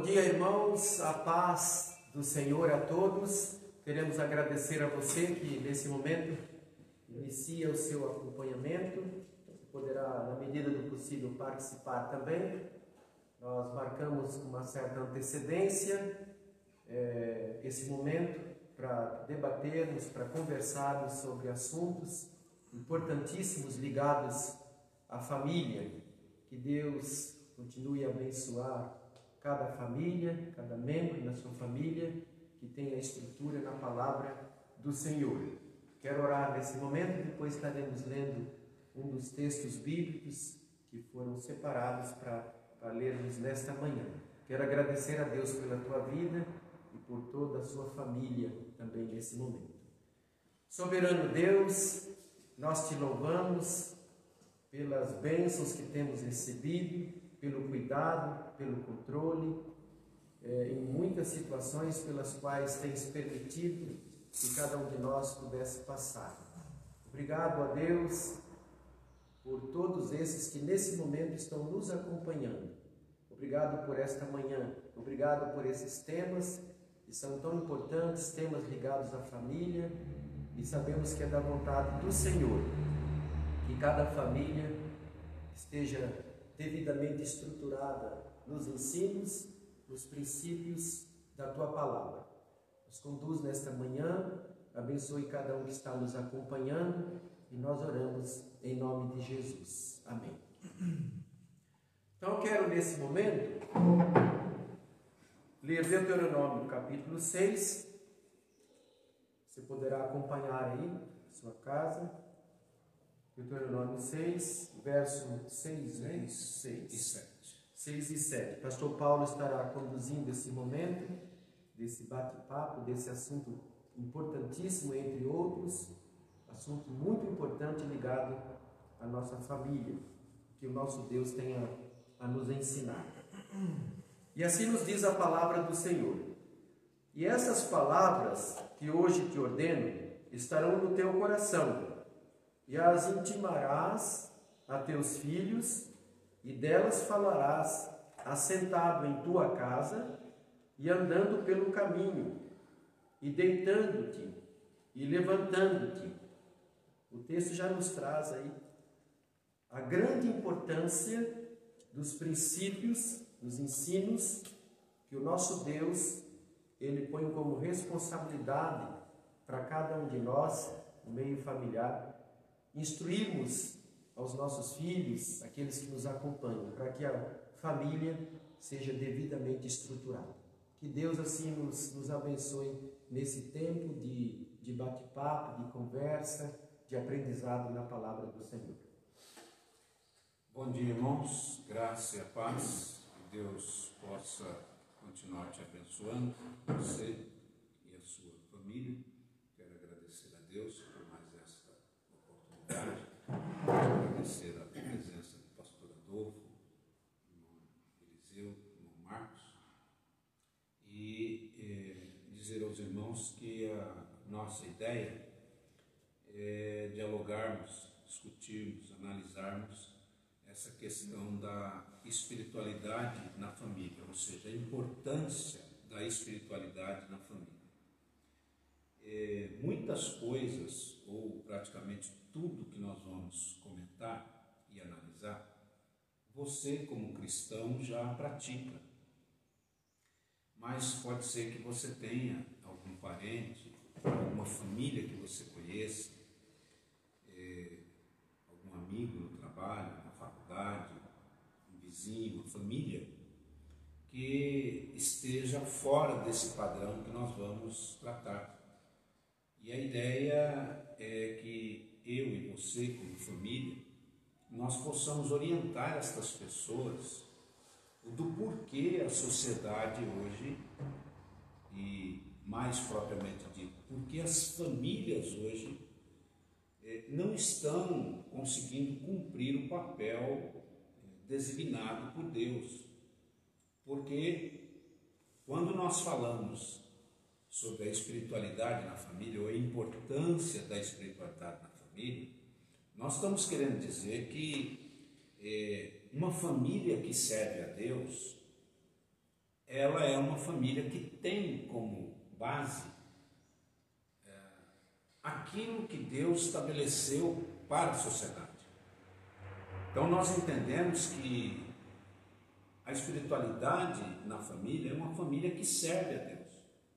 Bom dia, irmãos, a paz do Senhor a todos. Queremos agradecer a você que nesse momento inicia o seu acompanhamento. Você poderá, na medida do possível, participar também. Nós marcamos com uma certa antecedência esse momento para debatermos, para conversarmos sobre assuntos importantíssimos ligados à família. Que Deus continue a abençoar cada família, cada membro da sua família, que tenha estrutura na palavra do Senhor. Quero orar nesse momento, depois estaremos lendo um dos textos bíblicos que foram separados para lermos nesta manhã. Quero agradecer a Deus pela tua vida e por toda a sua família também nesse momento. Soberano Deus, nós te louvamos pelas bênçãos que temos recebido, pelo cuidado, pelo controle, em muitas situações pelas quais tens permitido que cada um de nós pudesse passar. Obrigado a Deus por todos esses que nesse momento estão nos acompanhando. Obrigado por esta manhã, obrigado por esses temas que são tão importantes, temas ligados à família, e sabemos que é da vontade do Senhor que cada família esteja devidamente estruturada nos ensinos, nos princípios da Tua Palavra. Nos conduz nesta manhã, abençoe cada um que está nos acompanhando e nós oramos em nome de Jesus. Amém. Então eu quero nesse momento ler Deuteronômio capítulo 6. Você poderá acompanhar aí na sua casa. Deuteronômio 6, verso 6 e 7. 6 e 7. Pastor Paulo estará conduzindo esse momento, desse bate-papo, desse assunto importantíssimo, entre outros, assunto muito importante ligado à nossa família, que o nosso Deus tenha a nos ensinar. E assim nos diz a palavra do Senhor. E essas palavras que hoje te ordeno estarão no teu coração, e as intimarás a teus filhos, e delas falarás assentado em tua casa, e andando pelo caminho, e deitando-te, e levantando-te. O texto já nos traz aí a grande importância dos princípios, dos ensinos, que o nosso Deus, Ele põe como responsabilidade para cada um de nós, no meio familiar, instruirmos aos nossos filhos, aqueles que nos acompanham, para que a família seja devidamente estruturada. Que Deus assim nos abençoe nesse tempo de bate-papo, de conversa, de aprendizado na palavra do Senhor. Bom dia, irmãos, graça e a paz, que Deus possa continuar te abençoando, você e a sua família. Quero agradecer a Deus por mais essa oportunidade, agradecer a presença do pastor Adolfo, irmão Eliseu, irmão Marcos, e dizer aos irmãos que a nossa ideia é dialogarmos, discutirmos, analisarmos essa questão da espiritualidade na família, ou seja, a importância da espiritualidade na família. Muitas coisas, ou praticamente tudo que nós vamos comentar e analisar, você como cristão já pratica. Mas pode ser que você tenha algum parente, alguma família que você conheça, algum amigo no trabalho, na faculdade, um vizinho, uma família, que esteja fora desse padrão que nós vamos tratar. E a ideia é que eu e você, como família, nós possamos orientar estas pessoas do porquê a sociedade hoje, e mais propriamente dito, porque as famílias hoje não estão conseguindo cumprir o papel designado por Deus. Porque quando nós falamos sobre a espiritualidade na família, ou a importância da espiritualidade na família, nós estamos querendo dizer que uma família que serve a Deus, ela é uma família que tem como base aquilo que Deus estabeleceu para a sociedade. Então nós entendemos que a espiritualidade na família é uma família que serve a Deus.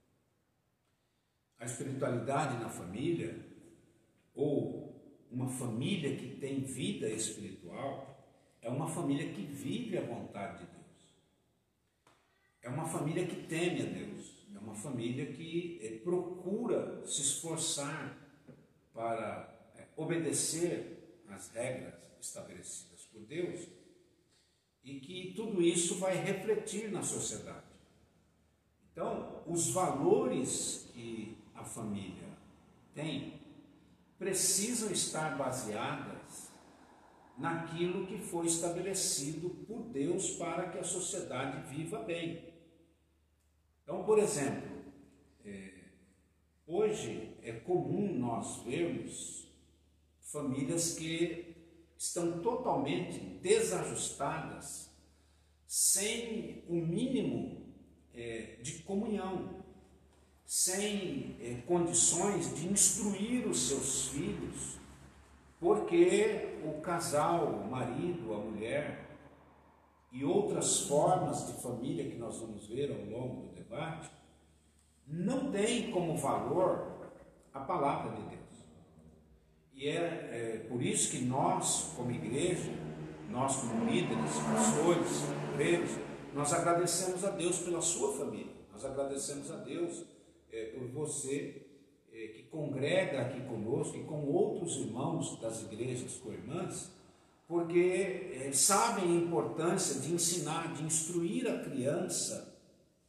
A espiritualidade na família, ou uma família que tem vida espiritual, é uma família que vive a vontade de Deus. É uma família que teme a Deus. É uma família que procura se esforçar para obedecer às regras estabelecidas por Deus, e que tudo isso vai refletir na sociedade. Então, os valores que a família tem precisam estar baseadas naquilo que foi estabelecido por Deus para que a sociedade viva bem. Então, por exemplo, hoje é comum nós vermos famílias que estão totalmente desajustadas, sem o mínimo de comunhão, sem condições de instruir os seus filhos, porque o casal, o marido, a mulher e outras formas de família que nós vamos ver ao longo do debate, não tem como valor a palavra de Deus. E é por isso que nós, como igreja, nós como líderes, pastores, obreiros, nós agradecemos a Deus pela sua família. Nós agradecemos a Deus por você que congrega aqui conosco e com outros irmãos das igrejas co-irmãs, porque sabem a importância de ensinar, de instruir a criança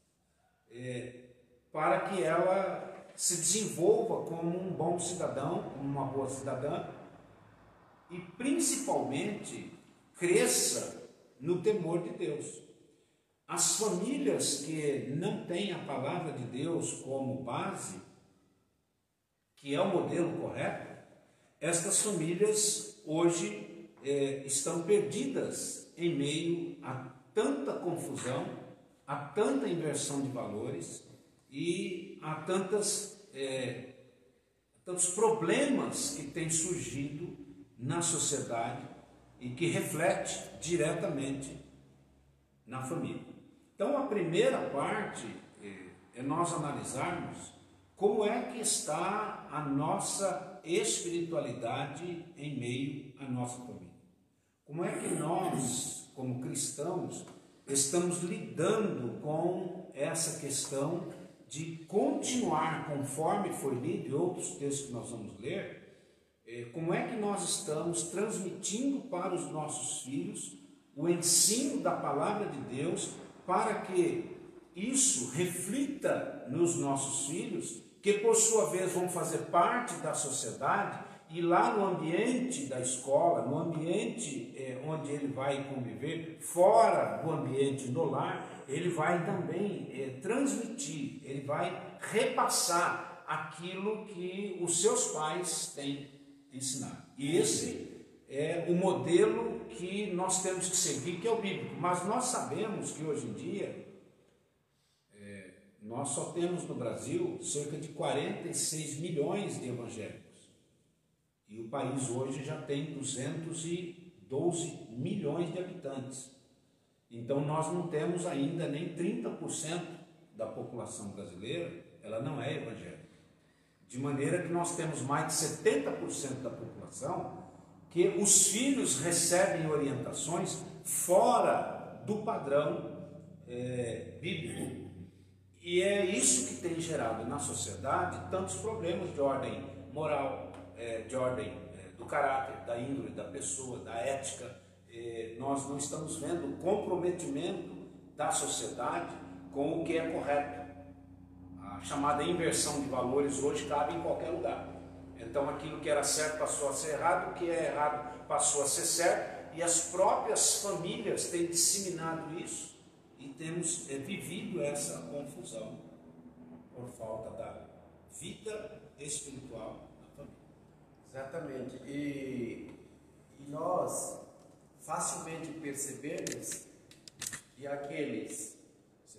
para que ela se desenvolva como um bom cidadão, como uma boa cidadã, e principalmente cresça no temor de Deus. As famílias que não têm a palavra de Deus como base, que é o modelo correto, estas famílias hoje estão perdidas em meio a tanta confusão, a tanta inversão de valores e a tantos problemas que têm surgido na sociedade e que reflete diretamente na família. Então, a primeira parte é nós analisarmos como é que está a nossa espiritualidade em meio à nossa família. Como é que nós, como cristãos, estamos lidando com essa questão de continuar, conforme foi lido, e outros textos que nós vamos ler, como é que nós estamos transmitindo para os nossos filhos o ensino da palavra de Deus, para que isso reflita nos nossos filhos, que por sua vez vão fazer parte da sociedade, e lá no ambiente da escola, no ambiente onde ele vai conviver, fora do ambiente no lar, ele vai também transmitir, ele vai repassar aquilo que os seus pais têm ensinado. E esse é o modelo que nós temos que seguir, que é o bíblico. Mas nós sabemos que hoje em dia, nós só temos no Brasil cerca de 46 milhões de evangélicos. E o país hoje já tem 212 milhões de habitantes. Então nós não temos ainda nem 30% da população brasileira, ela não é evangélica. De maneira que nós temos mais de 70% da população que os filhos recebem orientações fora do padrão bíblico. E é isso que tem gerado na sociedade tantos problemas de ordem moral, de ordem do caráter, da índole, da pessoa, da ética. Nós não estamos vendo o comprometimento da sociedade com o que é correto. A chamada inversão de valores hoje cabe em qualquer lugar. Então aquilo que era certo passou a ser errado, o que é errado passou a ser certo, e as próprias famílias têm disseminado isso, e temos vivido essa confusão por falta da vida espiritual na família. Exatamente. E nós facilmente percebemos que aqueles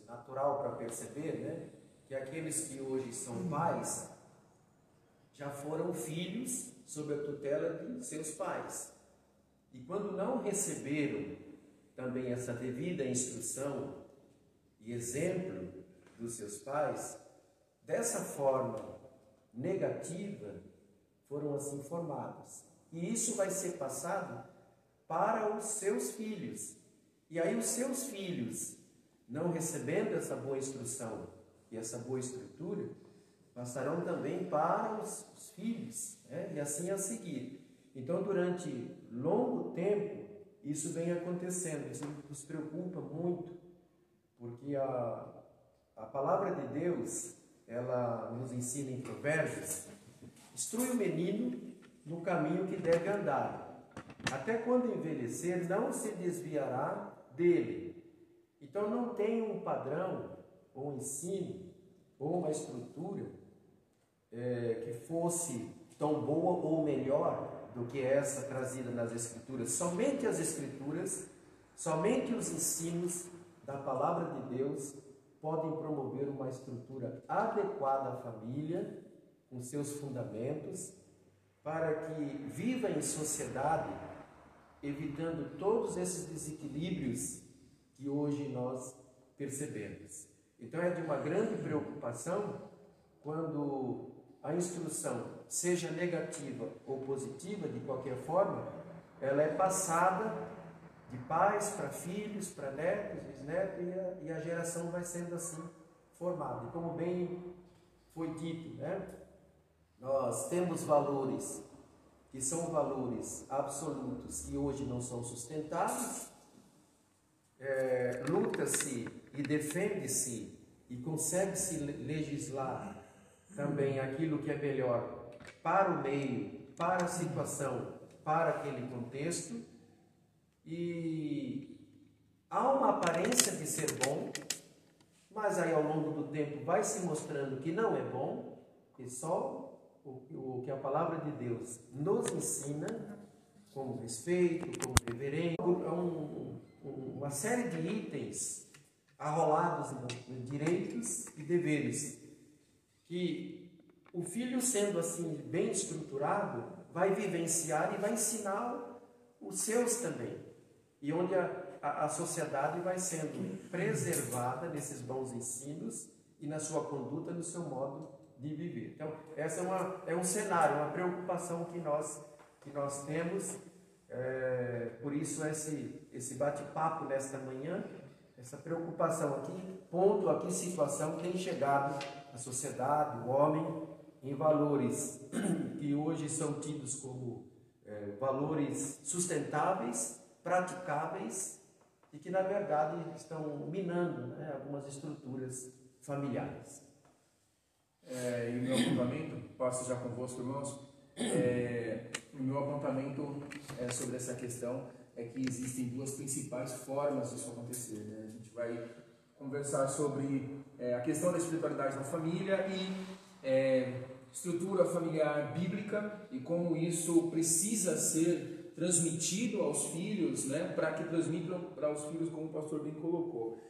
natural para perceber, né, que aqueles que hoje são pais já foram filhos sob a tutela de seus pais. E quando não receberam também essa devida instrução e exemplo dos seus pais, dessa forma negativa, foram assim formados. E isso vai ser passado para os seus filhos. E aí os seus filhos, não recebendo essa boa instrução e essa boa estrutura, passarão também para os filhos, né? E assim a seguir. Então, durante longo tempo, isso vem acontecendo. Isso nos preocupa muito, porque a palavra de Deus, ela nos ensina em Provérbios: instrui o menino no caminho que deve andar. Até quando envelhecer, não se desviará dele. Então, não tem um padrão, ou um ensino, ou uma estrutura que fosse tão boa ou melhor do que essa trazida nas Escrituras. Somente as Escrituras, somente os ensinos da palavra de Deus podem promover uma estrutura adequada à família, com seus fundamentos, para que viva em sociedade, evitando todos esses desequilíbrios que hoje nós percebemos. Então é de uma grande preocupação quando a instrução, seja negativa ou positiva, de qualquer forma, ela é passada de pais para filhos, para netos, bisnetos, e a geração vai sendo assim formada. E como bem foi dito, né? Nós temos valores que são valores absolutos que hoje não são sustentáveis. Luta-se e defende-se e consegue-se legislar também aquilo que é melhor para o meio, para a situação, para aquele contexto, e há uma aparência de ser bom, mas aí ao longo do tempo vai se mostrando que não é bom, e só o que a palavra de Deus nos ensina, como respeito, como reverência, uma série de itens arrolados em direitos e deveres, que o filho, sendo assim bem estruturado, vai vivenciar e vai ensinar os seus também. E onde a sociedade vai sendo preservada nesses bons ensinos e na sua conduta, no seu modo de viver. Então, essa é um cenário, uma preocupação que nós temos. Por isso esse bate-papo nesta manhã, essa preocupação aqui, ponto aqui, situação tem chegado a sociedade, o homem, em valores que hoje são tidos como valores sustentáveis, praticáveis, e que na verdade estão minando, né, algumas estruturas familiares. E o meu apontamento, passo já convosco, irmãos, o meu apontamento sobre essa questão é que existem duas principais formas disso acontecer, né? A gente vai conversar sobre a questão da espiritualidade na família e estrutura familiar bíblica e como isso precisa ser transmitido aos filhos, né, para que transmitam para os filhos, como o pastor bem colocou.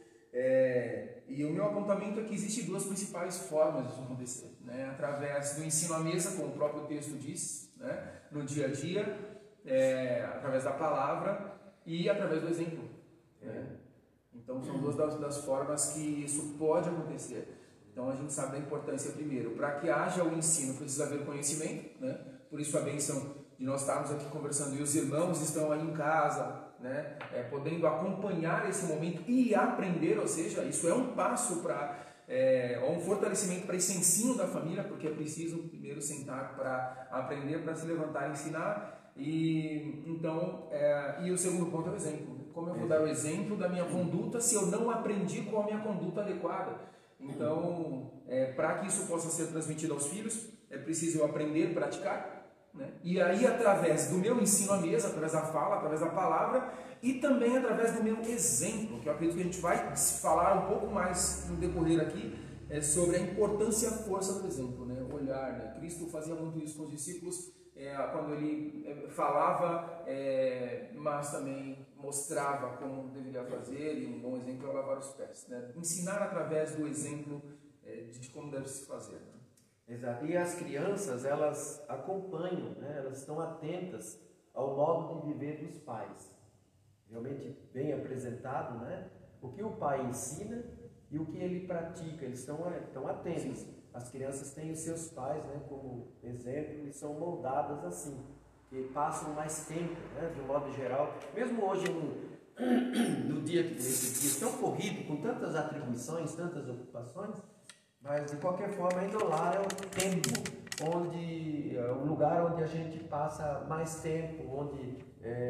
E o meu apontamento é que existem duas principais formas disso acontecer, né? Através do ensino à mesa, como o próprio texto diz, né, no dia a dia, através da palavra e através do exemplo, né? Então são duas das formas que isso pode acontecer. Então a gente sabe da importância, primeiro, para que haja o ensino precisa haver conhecimento, né? Por isso a bênção de nós estarmos aqui conversando e os irmãos estão aí em casa, né? Podendo acompanhar esse momento e aprender, ou seja, isso é um passo para um fortalecimento para esse ensino da família, porque é preciso primeiro sentar para aprender, para se levantar e ensinar. E então, e o segundo ponto é o exemplo. Como eu vou dar o exemplo da minha conduta se eu não aprendi qual a minha conduta adequada? Então, para que isso possa ser transmitido aos filhos, é preciso eu aprender, praticar, né? E aí, através do meu ensino à mesa, através da fala, através da palavra, e também através do meu exemplo, que eu acredito que a gente vai falar um pouco mais no decorrer aqui, sobre a importância e a força do exemplo, né? O olhar, né? Cristo fazia muito isso com os discípulos, quando ele falava mas também mostrava como deveria fazer, e um bom exemplo é lavar os pés, né? Ensinar através do exemplo de como deve se fazer, né? Exato. E as crianças, elas acompanham, né? Elas estão atentas ao modo de viver dos pais. Realmente bem apresentado, né? O que o pai ensina e o que ele pratica, eles estão atentos. Sim. As crianças têm os seus pais, né, como exemplo, e são moldadas assim, que passam mais tempo, né, de um modo geral. Mesmo hoje, no dia que nesse dia tão corrido, com tantas atribuições, tantas ocupações, mas de qualquer forma, ainda o lar é o tempo onde, o lugar onde a gente passa mais tempo, onde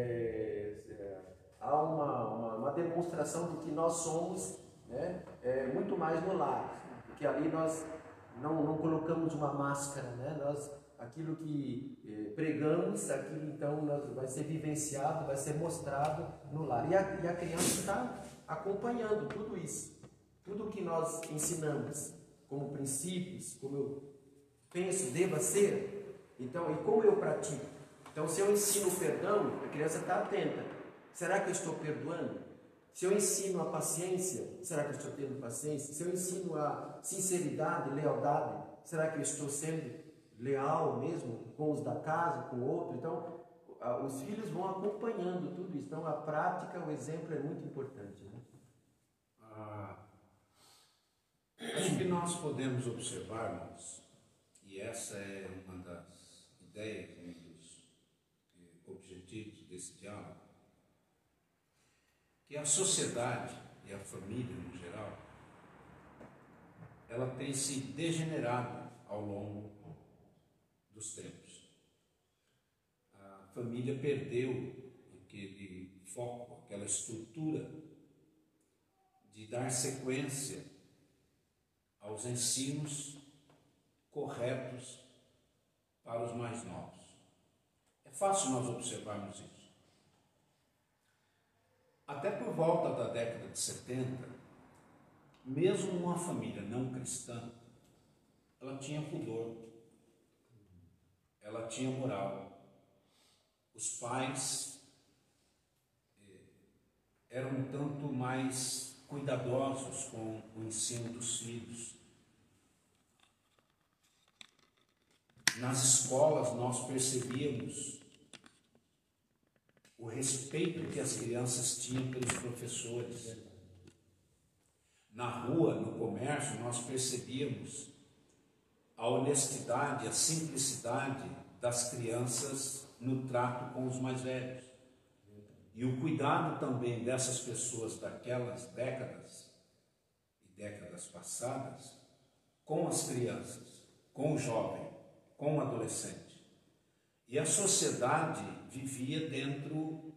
há uma demonstração de que nós somos, né, muito mais no lar, porque ali nós não colocamos uma máscara, né? Aquilo que pregamos, aquilo então vai ser vivenciado, vai ser mostrado no lar. E a criança está acompanhando tudo isso, tudo que nós ensinamos como princípios, como eu penso deva ser, então, e como eu pratico. Então, se eu ensino o perdão, a criança está atenta. Será que eu estou perdoando? Se eu ensino a paciência, será que eu estou tendo paciência? Se eu ensino a sinceridade, lealdade, será que eu estou sendo leal mesmo com os da casa, com o outro? Então, os filhos vão acompanhando tudo isso. Então, a prática, o exemplo é muito importante, né? Acho que nós podemos observarmos, e essa é uma das ideias, um dos objetivos desse diálogo, que a sociedade e a família no geral, ela tem se degenerado ao longo dos tempos. A família perdeu aquele foco, aquela estrutura de dar sequência aos ensinos corretos para os mais novos. É fácil nós observarmos isso. Até por volta da década de 70, mesmo uma família não cristã, ela tinha pudor, ela tinha moral. Os pais eram um tanto mais cuidadosos com o ensino dos filhos. Nas escolas nós percebíamos o respeito que as crianças tinham pelos professores. Na rua, no comércio, nós percebíamos a honestidade, a simplicidade das crianças no trato com os mais velhos. E o cuidado também dessas pessoas daquelas décadas e décadas passadas com as crianças, com o jovem, com o adolescente. E a sociedade vivia dentro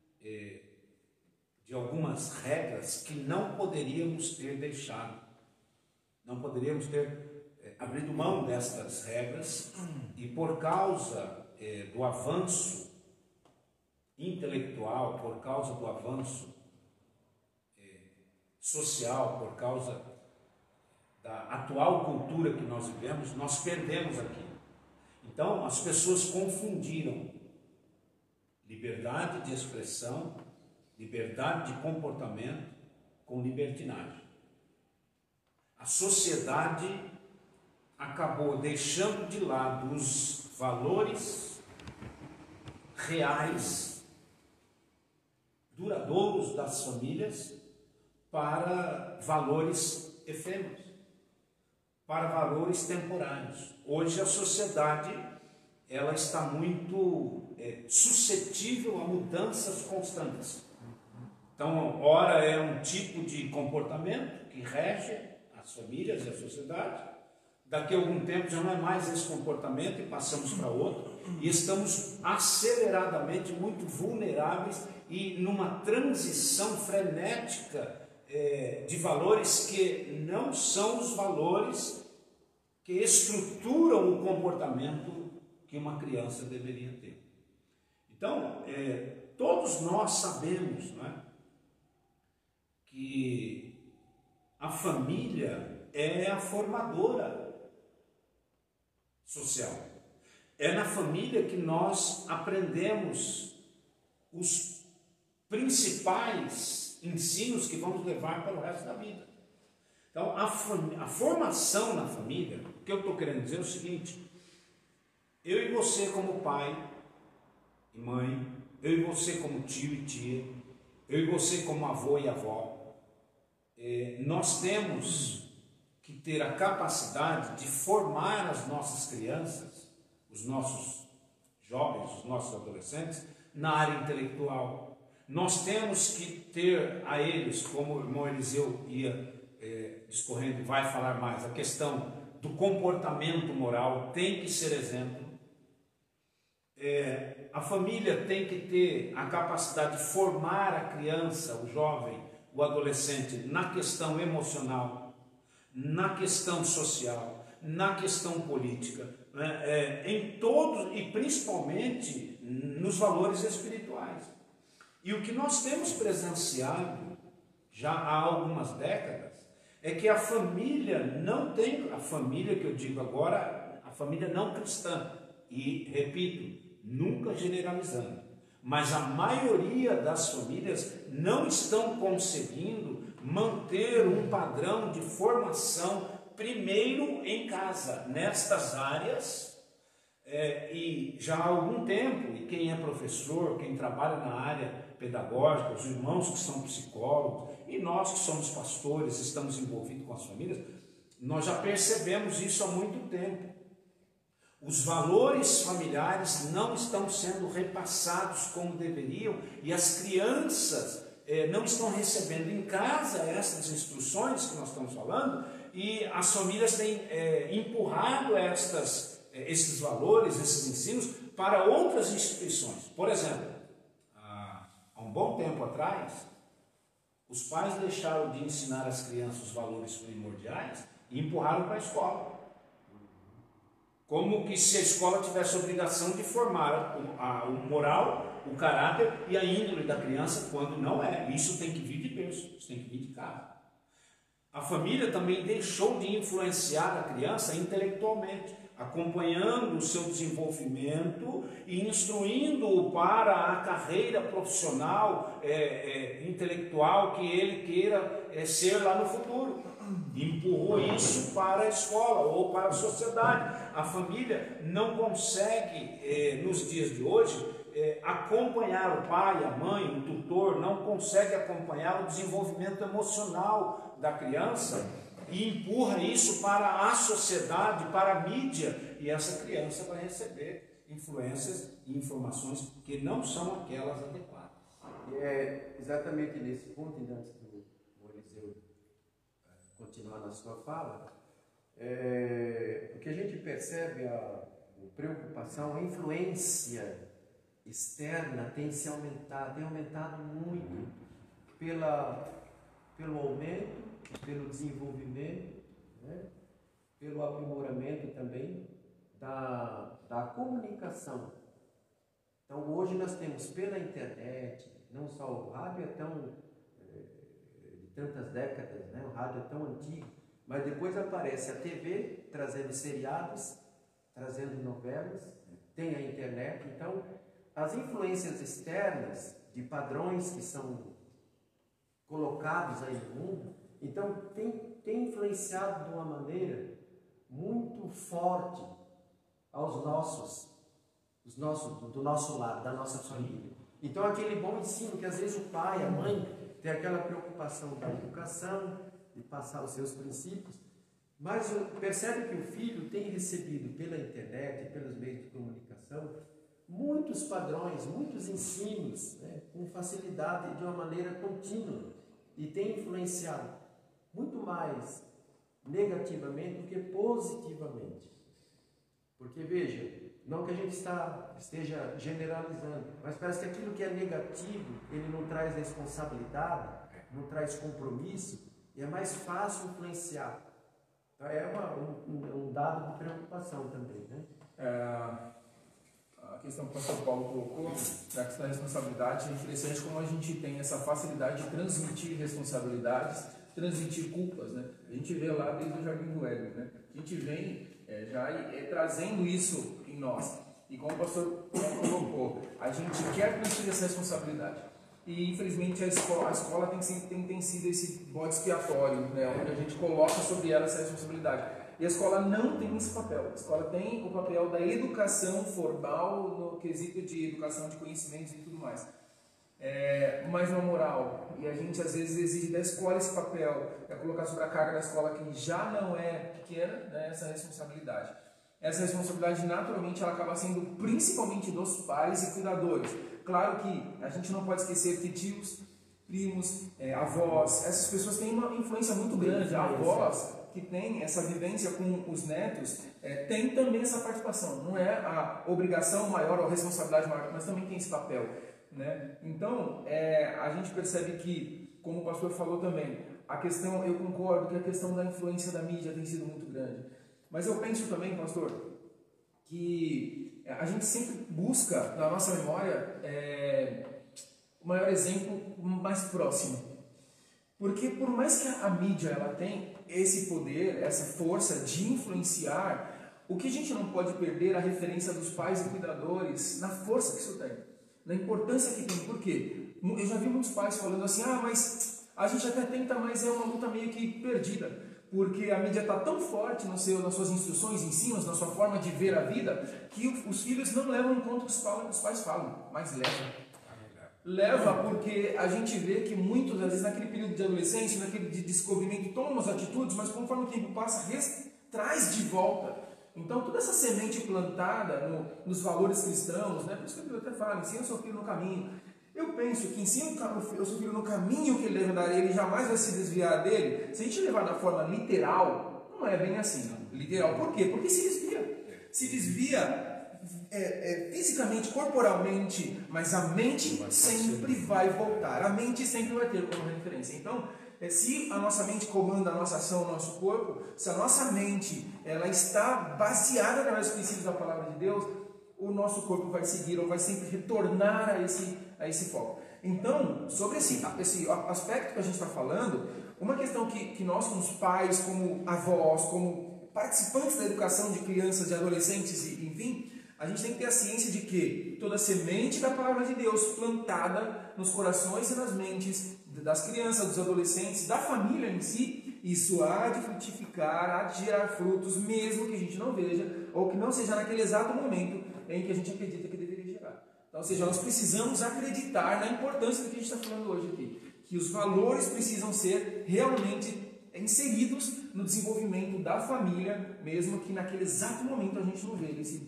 de algumas regras que não poderíamos ter deixado. Não poderíamos ter abrido mão destas regras, e por causa do avanço intelectual, por causa do avanço social, por causa da atual cultura que nós vivemos, nós perdemos aquilo. Então, as pessoas confundiram liberdade de expressão, liberdade de comportamento com libertinagem. A sociedade acabou deixando de lado os valores reais, duradouros das famílias, para valores efêmeros, para valores temporários. Hoje a sociedade ela está muito suscetível a mudanças constantes. Então, ora é um tipo de comportamento que rege as famílias e a sociedade, daqui a algum tempo já não é mais esse comportamento e passamos para outro, e estamos aceleradamente muito vulneráveis e numa transição frenética de valores que não são os valores que estruturam o comportamento que uma criança deveria ter. Então, todos nós sabemos, não é, que a família é a formadora social. É na família que nós aprendemos os principais ensinos que vamos levar para o resto da vida. Então, a formação na família, o que eu estou querendo dizer é o seguinte: eu e você como pai e mãe, eu e você como tio e tia, eu e você como avô e avó, nós temos que ter a capacidade de formar as nossas crianças, os nossos jovens, os nossos adolescentes, na área intelectual. Nós temos que ter a eles, como o irmão Eliseu ia discorrendo, vai falar mais, a questão do comportamento moral tem que ser exemplo. A família tem que ter a capacidade de formar a criança, o jovem, o adolescente, na questão emocional, na questão social, na questão política, em todos e principalmente nos valores espirituais. E o que nós temos presenciado já há algumas décadas é que a família não tem, a família que eu digo agora, a família não cristã, e repito, nunca generalizando, mas a maioria das famílias não estão conseguindo manter um padrão de formação primeiro em casa, nestas áreas, e já há algum tempo, e quem é professor, quem trabalha na área pedagógica, os irmãos que são psicólogos, e nós que somos pastores, estamos envolvidos com as famílias, nós já percebemos isso há muito tempo. Os valores familiares não estão sendo repassados como deveriam, e as crianças não estão recebendo em casa essas instruções que nós estamos falando, e as famílias têm empurrado esses valores, esses ensinos para outras instituições. Por exemplo, há um bom tempo atrás, os pais deixaram de ensinar às crianças os valores primordiais e empurraram para a escola. Como que se a escola tivesse a obrigação de formar o moral, o caráter e a índole da criança, quando não é. Isso tem que vir de berço, isso tem que vir de casa. A família também deixou de influenciar a criança intelectualmente, acompanhando o seu desenvolvimento e instruindo-o para a carreira profissional, intelectual que ele queira ser lá no futuro. Empurrou isso para a escola ou para a sociedade. A família não consegue, nos dias de hoje, acompanhar o pai, a mãe, o tutor, não consegue acompanhar o desenvolvimento emocional da criança e empurra isso para a sociedade, para a mídia, e essa criança vai receber influências e informações que não são aquelas adequadas. E é exatamente nesse ponto, antes do Eliseu continuar na sua fala, o que a gente percebe, a preocupação, a influência externa tem aumentado muito pelo aumento, pelo desenvolvimento, né? Pelo aprimoramento também da comunicação. Então hoje nós temos pela internet, não só o rádio é tão de tantas décadas, né? O rádio é tão antigo, mas depois aparece a TV trazendo seriados, trazendo novelas, tem a internet. Então as influências externas de padrões que são colocados aí no mundo, então tem influenciado de uma maneira muito forte do nosso lado, da nossa família. Então aquele bom ensino que às vezes o pai, a mãe tem aquela preocupação da educação, de passar os seus princípios, mas percebe que o filho tem recebido pela internet, pelos meios de comunicação, muitos padrões, muitos ensinos, né, com facilidade, de uma maneira contínua, e tem influenciado muito mais negativamente do que positivamente. Porque veja, não que a gente esteja generalizando, mas parece que aquilo que é negativo, ele não traz responsabilidade, não traz compromisso, e é mais fácil influenciar. Então é um dado de preocupação também, né? A questão que o pastor Paulo colocou, da questão da responsabilidade, é interessante como a gente tem essa facilidade de transmitir responsabilidades, transmitir culpas, né? A gente vê lá desde o Jardim do Éden, né? A gente vem trazendo isso em nós. E como o pastor colocou, a gente quer transmitir essa responsabilidade. E infelizmente a escola tem sido esse bode expiatório, né, onde a gente coloca sobre ela essa responsabilidade. E a escola não tem esse papel. A escola tem o papel da educação formal no quesito de educação de conhecimentos e tudo mais. Mas na moral, e a gente às vezes exige da escola esse papel, colocar sobre a carga da escola que já não é pequena, né, essa responsabilidade. Essa responsabilidade naturalmente ela acaba sendo principalmente dos pais e cuidadores. Claro que a gente não pode esquecer que tios, primos, avós, essas pessoas têm uma influência muito grande. Avós que têm essa vivência com os netos têm também essa participação. Não é a obrigação maior ou a responsabilidade maior, mas também tem esse papel, né? Então, a gente percebe que, como o pastor falou também, a questão, eu concordo que a questão da influência da mídia tem sido muito grande. Mas eu penso também, pastor, que a gente sempre busca, na nossa memória, o maior exemplo mais próximo. Porque por mais que a mídia ela tem esse poder, essa força de influenciar, o que a gente não pode perder é a referência dos pais e cuidadores na força que isso tem, na importância que tem. Por quê? Eu já vi muitos pais falando assim, mas a gente até tenta, mas é uma luta meio que perdida, porque a mídia está tão forte nas suas instruções, ensinos, na sua forma de ver a vida, que os filhos não levam em conta o que os pais falam, mas levam. Leva porque a gente vê que muitos, às vezes, naquele período de adolescência, naquele de descobrimento, tomam as atitudes, mas conforme o tempo passa, traz de volta. Então, toda essa semente plantada nos valores cristãos, né? Por isso que a Bíblia até fala, ensina o seu filho no caminho. Eu penso que ensina o seu filho no caminho que ele deve andar, ele jamais vai se desviar dele. Se a gente levar da forma literal, não é bem assim. Literal, por quê? Porque se desvia. Se desvia fisicamente, corporalmente, mas a mente sempre vai voltar. A mente sempre vai ter como referência. Então, se a nossa mente comanda a nossa ação, o nosso corpo, se a nossa mente ela está baseada através dos princípios da palavra de Deus, o nosso corpo vai seguir ou vai sempre retornar a esse foco. Então, sobre esse aspecto que a gente está falando, uma questão que nós como pais, como avós, como participantes da educação de crianças e adolescentes, enfim, a gente tem que ter a ciência de que toda semente da palavra de Deus plantada nos corações e nas mentes das crianças, dos adolescentes, da família em si, isso há de frutificar, há de gerar frutos, mesmo que a gente não veja, ou que não seja naquele exato momento em que a gente acredita que deveria gerar. Então, ou seja, nós precisamos acreditar na importância do que a gente está falando hoje aqui, que os valores precisam ser realmente inseridos no desenvolvimento da família, mesmo que naquele exato momento a gente não vê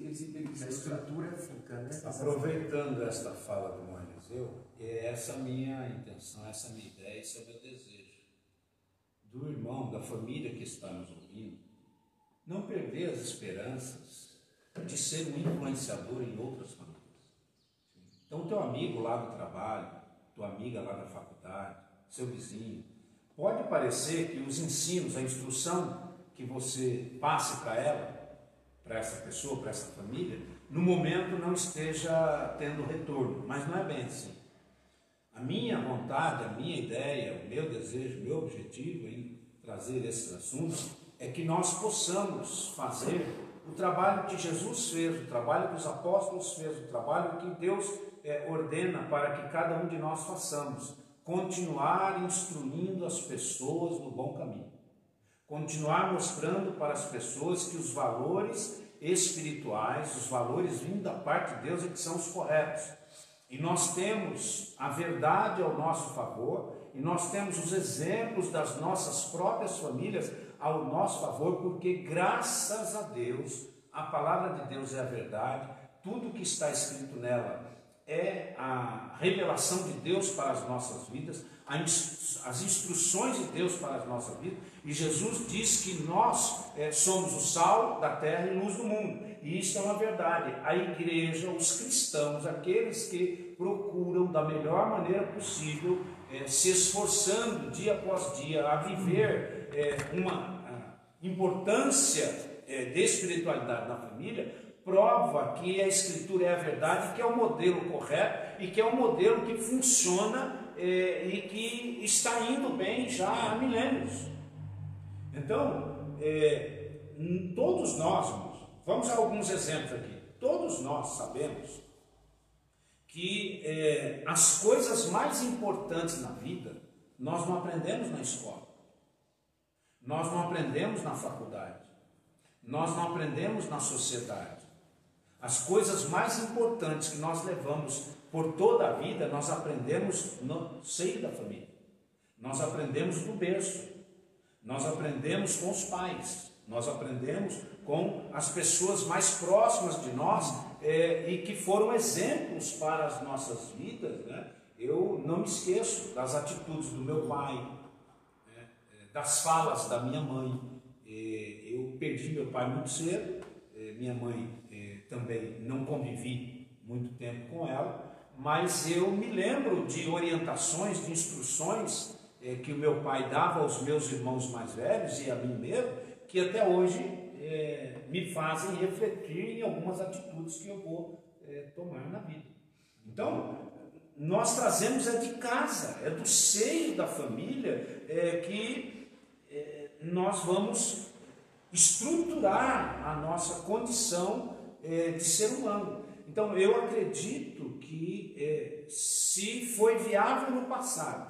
a estrutura fica, né? Aproveitando esta fala do irmão Eliseu, é essa a minha intenção, essa a minha ideia, esse é o meu desejo. Do irmão, da família que está nos ouvindo, não perder as esperanças de ser um influenciador em outras famílias. Então, teu amigo lá do trabalho, tua amiga lá da faculdade, seu vizinho, pode parecer que os ensinos, a instrução que você passe para ela, para essa pessoa, para essa família, no momento não esteja tendo retorno, mas não é bem assim. A minha vontade, a minha ideia, o meu desejo, o meu objetivo em trazer esses assuntos é que nós possamos fazer o trabalho que Jesus fez, o trabalho que os apóstolos fez, o trabalho que Deus ordena para que cada um de nós façamos. Continuar instruindo as pessoas no bom caminho. Continuar mostrando para as pessoas que os valores espirituais, os valores vindo da parte de Deus é que são os corretos. E nós temos a verdade ao nosso favor, e nós temos os exemplos das nossas próprias famílias ao nosso favor, porque graças a Deus, a palavra de Deus é a verdade, tudo que está escrito nela é a revelação de Deus para as nossas vidas, as instruções de Deus para as nossas vidas, e Jesus diz que nós somos o sal da terra e luz do mundo, e isso é uma verdade. A igreja, os cristãos, aqueles que procuram da melhor maneira possível, se esforçando dia após dia a viver uma importância de espiritualidade na família, prova que a Escritura é a verdade, que é o modelo correto e que é o modelo que funciona e que está indo bem já há milênios. Então, todos nós, vamos a alguns exemplos aqui, todos nós sabemos que as coisas mais importantes na vida nós não aprendemos na escola, nós não aprendemos na faculdade, nós não aprendemos na sociedade. As coisas mais importantes que nós levamos por toda a vida, nós aprendemos no seio da família. Nós aprendemos no berço. Nós aprendemos com os pais. Nós aprendemos com as pessoas mais próximas de nós e que foram exemplos para as nossas vidas, né? Eu não me esqueço das atitudes do meu pai, né? Das falas da minha mãe. Eu perdi meu pai muito cedo, minha mãe também não convivi muito tempo com ela, mas eu me lembro de orientações, de instruções que o meu pai dava aos meus irmãos mais velhos e a mim mesmo, que até hoje me fazem refletir em algumas atitudes que eu vou tomar na vida. Então, nós trazemos de casa, do seio da família que nós vamos estruturar a nossa condição de ser humano. Então, eu acredito que se foi viável no passado,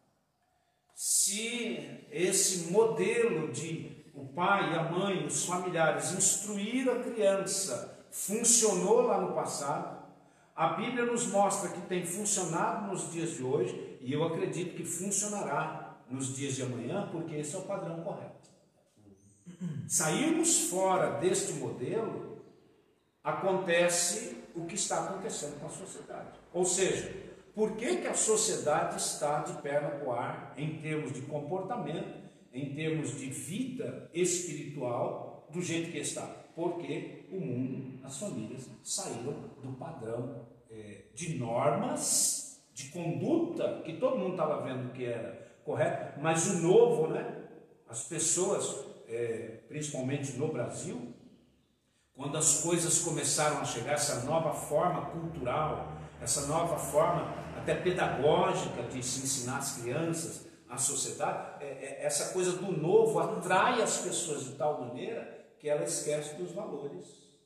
se esse modelo de o pai, a mãe, os familiares instruir a criança funcionou lá no passado, a Bíblia nos mostra que tem funcionado nos dias de hoje, e eu acredito que funcionará nos dias de amanhã, porque esse é o padrão correto. Sairmos fora deste modelo, acontece o que está acontecendo com a sociedade. Ou seja, por que a sociedade está de perna para o ar em termos de comportamento, em termos de vida espiritual, do jeito que está? Porque o mundo, as famílias saíram do padrão de normas, de conduta, que todo mundo estava vendo que era correto, mas o novo, né? As pessoas, principalmente no Brasil, quando as coisas começaram a chegar, essa nova forma cultural, essa nova forma até pedagógica de se ensinar as crianças, a sociedade, essa coisa do novo atrai as pessoas de tal maneira que ela esquece dos valores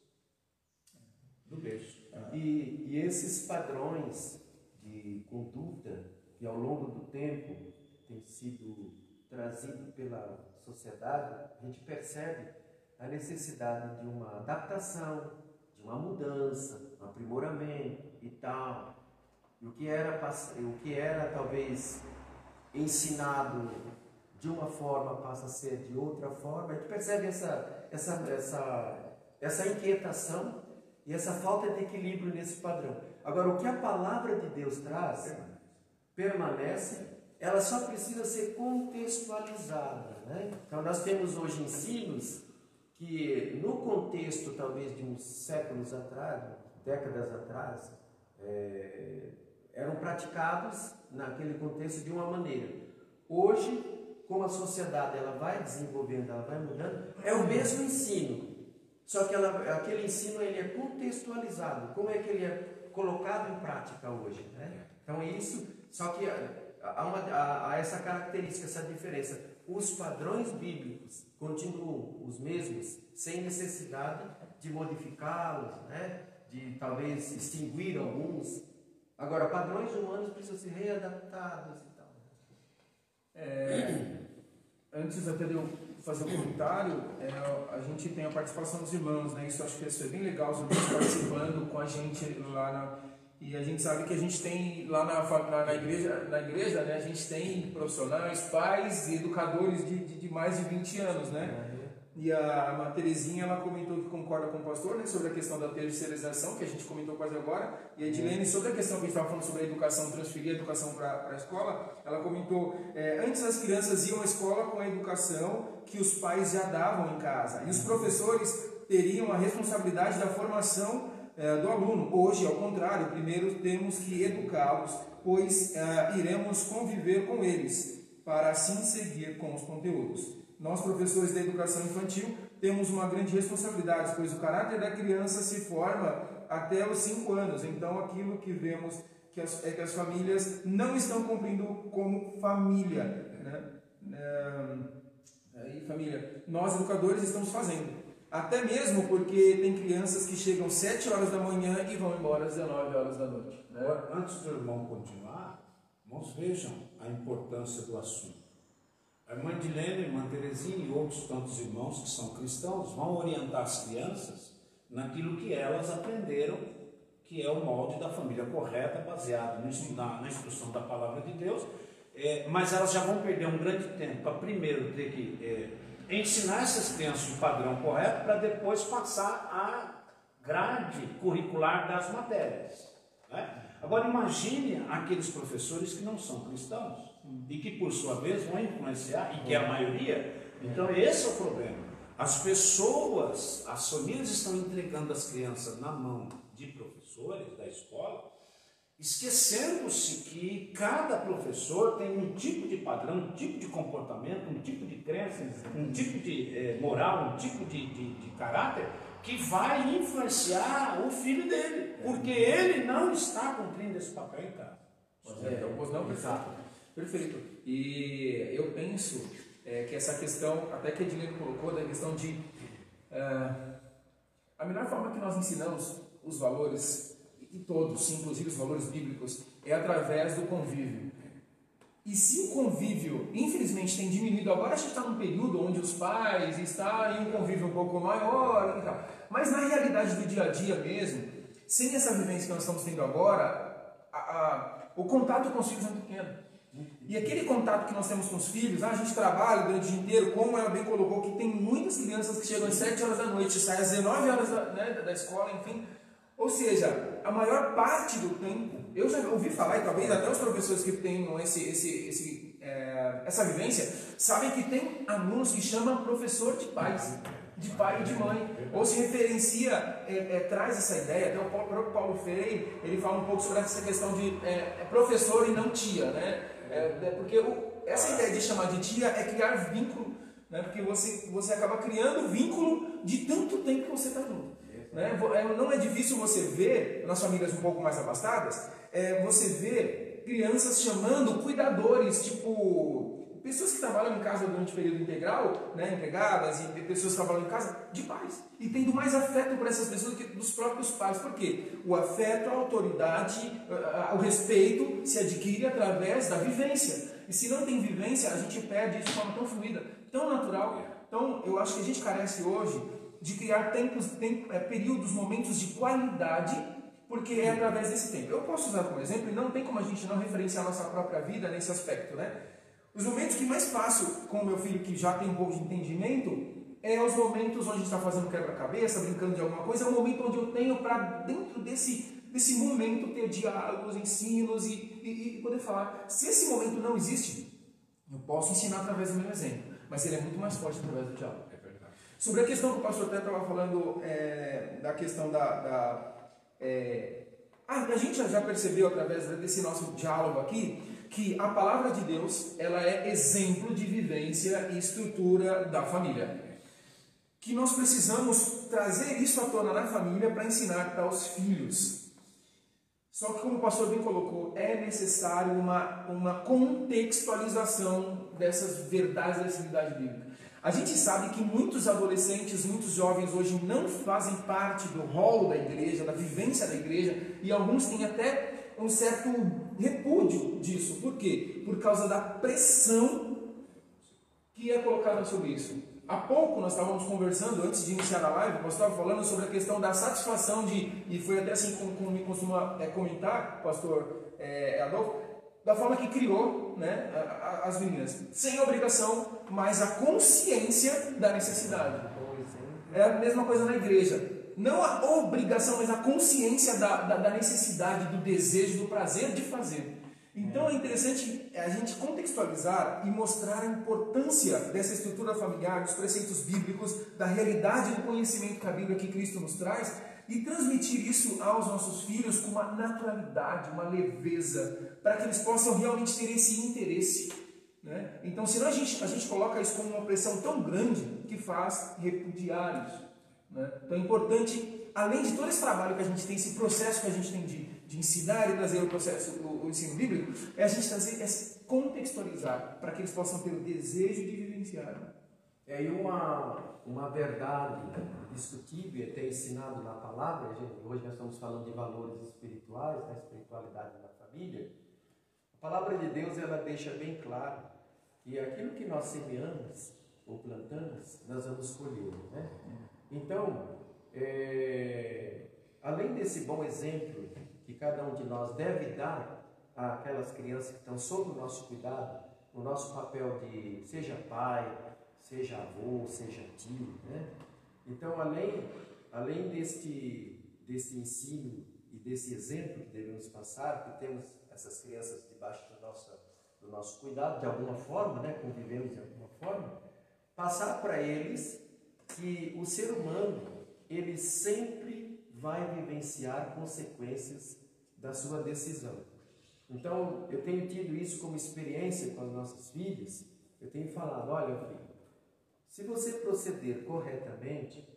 do berço. E esses padrões de conduta que ao longo do tempo têm sido trazidos pela sociedade, a gente percebe a necessidade de uma adaptação, de uma mudança, um aprimoramento e tal. E o que era talvez ensinado de uma forma passa a ser de outra forma. A gente percebe essa inquietação e essa falta de equilíbrio nesse padrão. Agora, o que a palavra de Deus traz permanece, ela só precisa ser contextualizada, né? Então, nós temos hoje ensinos que, no contexto talvez de uns séculos atrás, décadas atrás, eram praticados naquele contexto de uma maneira. Hoje, como a sociedade ela vai desenvolvendo, ela vai mudando, é o mesmo ensino, só que aquele ensino ele é contextualizado. Como é que ele é colocado em prática hoje, né? Então isso, só que há essa característica, essa diferença. Os padrões bíblicos continuam os mesmos, sem necessidade de modificá-los, né? De talvez extinguir alguns. Agora, padrões humanos precisam ser readaptados e tal. Antes até de eu fazer um comentário, a gente tem a participação dos irmãos, né? Isso acho que é bem legal, os irmãos participando com a gente lá e a gente sabe que a gente tem lá na igreja, né? A gente tem profissionais, pais e educadores de mais de 20 anos, né? E a Terezinha, ela comentou que concorda com o pastor, né, sobre a questão da terceirização, que a gente comentou quase agora, e a Edilene, sobre a questão que a gente estava falando sobre a educação, transferir a educação para a escola, ela comentou, antes as crianças iam à escola com a educação que os pais já davam em casa, e os professores teriam a responsabilidade da formação do aluno. Hoje, ao contrário, primeiro temos que educá-los, pois iremos conviver com eles, para assim seguir com os conteúdos. Nós, professores da educação infantil, temos uma grande responsabilidade, pois o caráter da criança se forma até os 5 anos. Então, aquilo que vemos que as famílias não estão cumprindo como família, né? Família, nós, educadores, estamos fazendo. Até mesmo porque tem crianças que chegam às 7 horas da manhã e vão embora às 19 horas da noite. Né? Agora, antes do irmão continuar, irmãos, vejam a importância do assunto. A irmã Dilene, a irmã Terezinha e outros tantos irmãos que são cristãos vão orientar as crianças naquilo que elas aprenderam, que é o molde da família correta, baseado na instrução da palavra de Deus, mas elas já vão perder um grande tempo para primeiro ter que ensinar essas crianças o padrão correto para depois passar a grade curricular das matérias. Né? Agora imagine aqueles professores que não são cristãos e que por sua vez vão influenciar, e que é a maioria. Então esse é o problema. As pessoas, as famílias estão entregando as crianças na mão de professores da escola, esquecendo-se que cada professor tem um tipo de padrão, um tipo de comportamento, um tipo de crença, um tipo de moral, um tipo de caráter que vai influenciar o filho dele, porque ele não está cumprindo esse papel em casa. Perfeito. E eu penso que essa questão, até que a Edilene colocou, da questão de a melhor forma que nós ensinamos os valores, e todos, inclusive os valores bíblicos, é através do convívio. E se o convívio, infelizmente, tem diminuído, agora a gente está num período onde os pais estão em um convívio um pouco maior e tal, mas na realidade do dia a dia mesmo, sem essa vivência que nós estamos tendo agora, o contato com os filhos é muito pequeno. E aquele contato que nós temos com os filhos, a gente trabalha durante o dia inteiro, como ela bem colocou, que tem muitas crianças que chegam às 7 horas da noite, saem às 19 horas da escola, enfim. Ou seja, a maior parte do tempo, eu já ouvi falar, e talvez até os professores que tenham essa vivência, sabem que tem alunos que chamam professor de pais, de pai e de mãe, ou se referencia, traz essa ideia, até o próprio Paulo Freire, ele fala um pouco sobre essa questão de professor e não tia, né? Porque essa ideia de chamar de tia é criar vínculo, né? Porque você acaba criando vínculo de tanto tempo que você está junto. Né? Não é difícil você ver, nas famílias um pouco mais abastadas, você vê crianças chamando cuidadores, tipo, pessoas que trabalham em casa durante o período integral, né, empregadas, e pessoas que trabalham em casa, de pais. E tendo mais afeto por essas pessoas do que dos próprios pais. Por quê? O afeto, a autoridade, o respeito se adquire através da vivência. E se não tem vivência, a gente perde isso de forma tão fluida, tão natural. Então, eu acho que a gente carece hoje de criar períodos, momentos de qualidade, porque é através desse tempo. Eu posso usar como exemplo, e não tem como a gente não referenciar a nossa própria vida nesse aspecto, né? Os momentos que mais passo com o meu filho, que já tem um pouco de entendimento, é os momentos onde a gente está fazendo quebra-cabeça, brincando de alguma coisa, é o momento onde eu tenho para, dentro desse momento, ter diálogos, ensinos e poder falar. Se esse momento não existe, eu posso ensinar através do meu exemplo, mas ele é muito mais forte através do diálogo. Sobre a questão que o pastor até estava falando, da questão a gente já percebeu através desse nosso diálogo aqui, que a palavra de Deus, ela é exemplo de vivência e estrutura da família. Que nós precisamos trazer isso à tona na família para ensinar para os filhos. Só que, como o pastor bem colocou, é necessário uma contextualização dessas verdades da realidade bíblica. A gente sabe que muitos adolescentes, muitos jovens hoje não fazem parte do rol da igreja, da vivência da igreja, e alguns têm até um certo repúdio disso. Por quê? Por causa da pressão que é colocada sobre isso. Há pouco nós estávamos conversando, antes de iniciar a live, nós estávamos falando sobre a questão da satisfação e foi até assim como me costuma comentar, pastor Adolfo, da forma que criou, né, as meninas, sem obrigação, mas a consciência da necessidade. É a mesma coisa na igreja. Não a obrigação, mas a consciência da necessidade, do desejo, do prazer de fazer. Então é interessante a gente contextualizar e mostrar a importância dessa estrutura familiar, dos preceitos bíblicos, da realidade do conhecimento que a Bíblia, que Cristo nos traz, e transmitir isso aos nossos filhos com uma naturalidade, uma leveza, para que eles possam realmente ter esse interesse. Né? Então, senão a gente coloca isso como uma pressão tão grande que faz repudiar isso. Né? Então é importante, além de todo esse trabalho que a gente tem, esse processo que a gente tem de ensinar e trazer o ensino bíblico, é a gente contextualizar para que eles possam ter o desejo de vivenciar. E uma verdade discutível, até ensinado na palavra, hoje nós estamos falando de valores espirituais, da espiritualidade da família. A palavra de Deus, ela deixa bem claro que aquilo que nós semeamos ou plantamos, nós vamos colher, né? Então, além desse bom exemplo que cada um de nós deve dar àquelas crianças que estão sob o nosso cuidado, o nosso papel de seja pai, seja avô, seja tio, né? Então, além deste ensino e desse exemplo que devemos passar, que temos essas crianças debaixo do nosso cuidado, de alguma forma, né? Convivemos de alguma forma, passar para eles que o ser humano, ele sempre vai vivenciar consequências da sua decisão. Então, eu tenho tido isso como experiência com as nossas filhas. Eu tenho falado, olha, filho, se você proceder corretamente,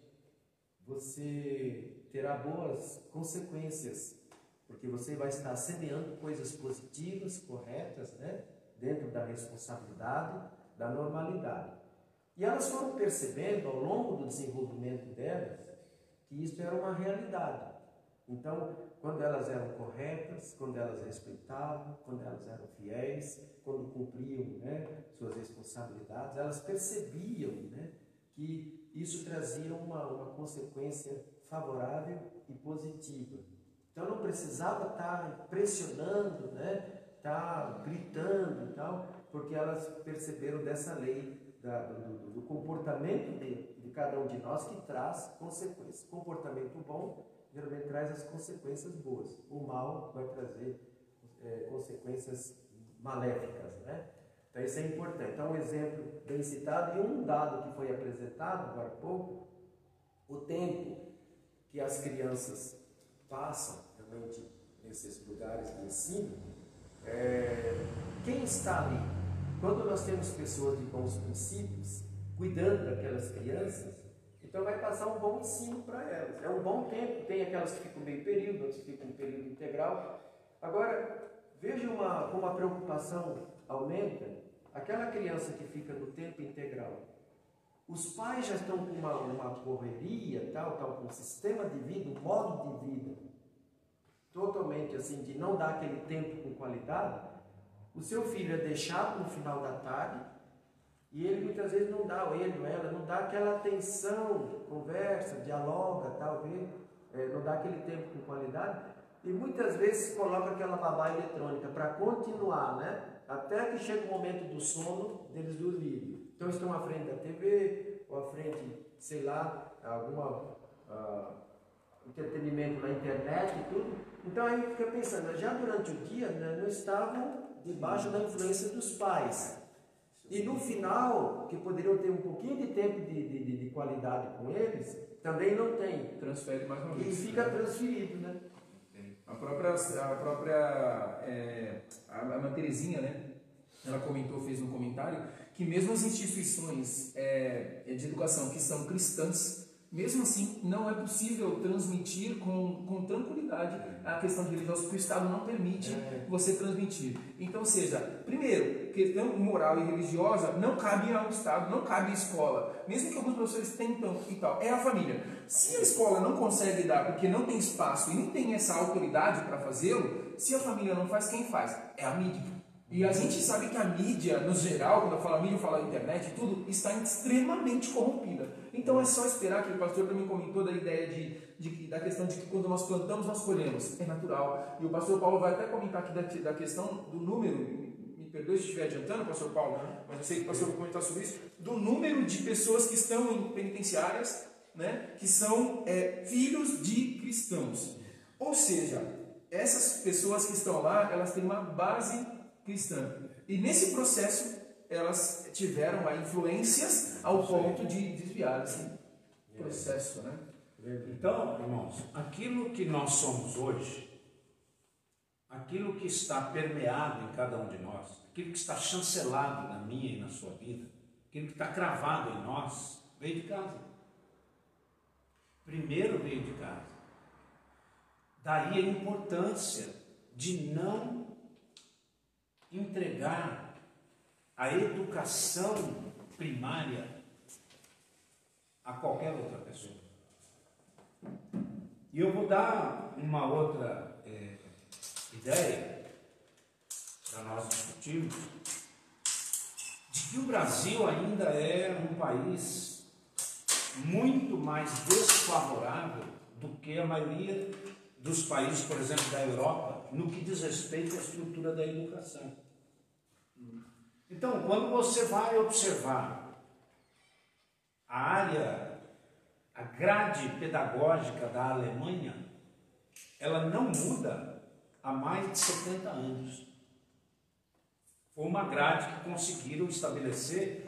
você terá boas consequências, porque você vai estar semeando coisas positivas, corretas, né? Dentro da responsabilidade, da normalidade. E elas foram percebendo ao longo do desenvolvimento delas que isso era uma realidade. Então, quando elas eram corretas, quando elas respeitavam, quando elas eram fiéis, quando cumpriam, né, suas responsabilidades, elas percebiam, né, que isso trazia uma consequência favorável e positiva. Então não precisava estar pressionando, né, estar gritando e tal, porque elas perceberam dessa lei do comportamento de cada um de nós que traz consequências. Comportamento bom geralmente traz as consequências boas. O mal vai trazer consequências maléficas, né? Então isso é importante. Então um exemplo bem citado e um dado que foi apresentado agora há pouco, o tempo que as crianças passam realmente nesses lugares de ensino, quem está ali? Quando nós temos pessoas de bons princípios cuidando daquelas crianças, então vai passar um bom ensino para elas. É um bom tempo, tem aquelas que ficam meio período, outras que ficam em período integral. Agora, veja como a preocupação aumenta, aquela criança que fica no tempo integral. Os pais já estão com uma correria, com um sistema de vida, um modo de vida totalmente assim, de não dar aquele tempo com qualidade. O seu filho é deixado no final da tarde e ele muitas vezes não dá, ou ele ou ela, não dá aquela atenção, conversa, dialoga, talvez, não dá aquele tempo com qualidade e muitas vezes coloca aquela babá eletrônica para continuar, né? Até que chega o momento do sono deles dormirem. Então estão à frente da TV, ou à frente, sei lá, alguma entretenimento na internet e tudo. Então aí fica pensando, já durante o dia, né, não estavam debaixo da influência dos pais. E no final, que poderiam ter um pouquinho de tempo de qualidade com eles, também não tem. Transfere mais uma vez. E fica transferido, né? A Ana Terezinha, né? Ela comentou, fez um comentário, que mesmo as instituições de educação que são cristãs, mesmo assim, não é possível transmitir com tranquilidade a questão religiosa, porque o Estado não permite você transmitir. Então, ou seja, primeiro, questão moral e religiosa não cabe ao Estado, não cabe à escola. Mesmo que alguns professores tentam e tal, é a família. Se a escola não consegue dar, porque não tem espaço e nem tem essa autoridade para fazê-lo, se a família não faz, quem faz? É a mídia. E a gente sabe que a mídia, no geral, quando eu falo mídia, eu falo internet e tudo, está extremamente corrompida. Então é só esperar, que o pastor também comentou da ideia da questão de que quando nós plantamos, nós colhemos. É natural. E o pastor Paulo vai até comentar aqui da questão do número, me perdoe se estiver adiantando, pastor Paulo, mas eu sei que o pastor vai comentar sobre isso, do número de pessoas que estão em penitenciárias, né, que são filhos de cristãos. Ou seja, essas pessoas que estão lá, elas têm uma base cristã. E nesse processo, elas tiveram influências ao ponto de desviar esse processo, né? Então, irmãos, aquilo que nós somos hoje, aquilo que está permeado em cada um de nós, aquilo que está chancelado na minha e na sua vida, aquilo que está cravado em nós, veio de casa. Primeiro veio de casa. Daí a importância de não entregar a educação primária a qualquer outra pessoa. E eu vou dar uma outra ideia para nós discutirmos, de que o Brasil ainda é um país muito mais desfavorável do que a maioria dos países, por exemplo, da Europa, no que diz respeito à estrutura da educação. Então, quando você vai observar a grade pedagógica da Alemanha, ela não muda há mais de 70 anos. Foi uma grade que conseguiram estabelecer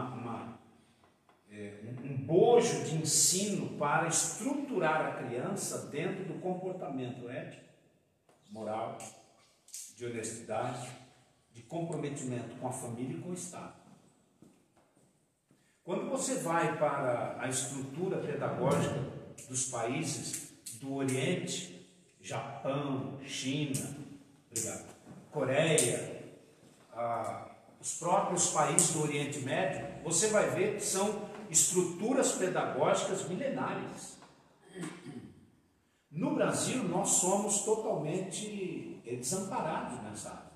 um bojo de ensino para estruturar a criança dentro do comportamento ético, moral, de honestidade, de comprometimento com a família e com o Estado. Quando você vai para a estrutura pedagógica dos países do Oriente, Japão, China, Coreia, os próprios países do Oriente Médio, você vai ver que são estruturas pedagógicas milenares. No Brasil, nós somos totalmente desamparados nessa área.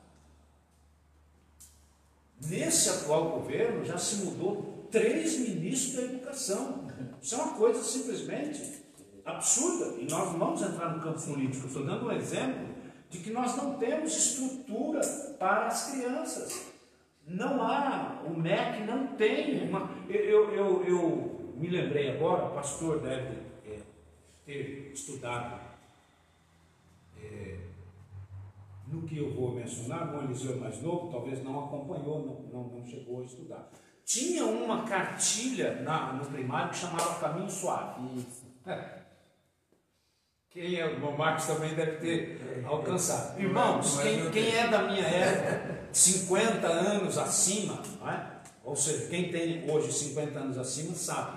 Nesse atual governo já se mudou 3 ministros da educação. Isso é uma coisa simplesmente absurda. E nós não vamos entrar no campo político. Estou dando um exemplo de que nós não temos estrutura para as crianças. Não há, o MEC não tem uma... Eu me lembrei agora, o pastor deve ter estudado no que eu vou mencionar, o Eliseu mais novo, talvez não acompanhou, não chegou a estudar. Tinha uma cartilha no primário que chamava Caminho Suave. Quem é o Marcos também deve ter alcançado. Irmãos, quem é da minha época, 50 anos acima, não é? Ou seja, quem tem hoje 50 anos acima sabe.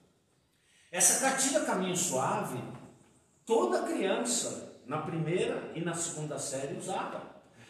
Essa cartilha Caminho Suave, toda criança na primeira e na segunda série usava.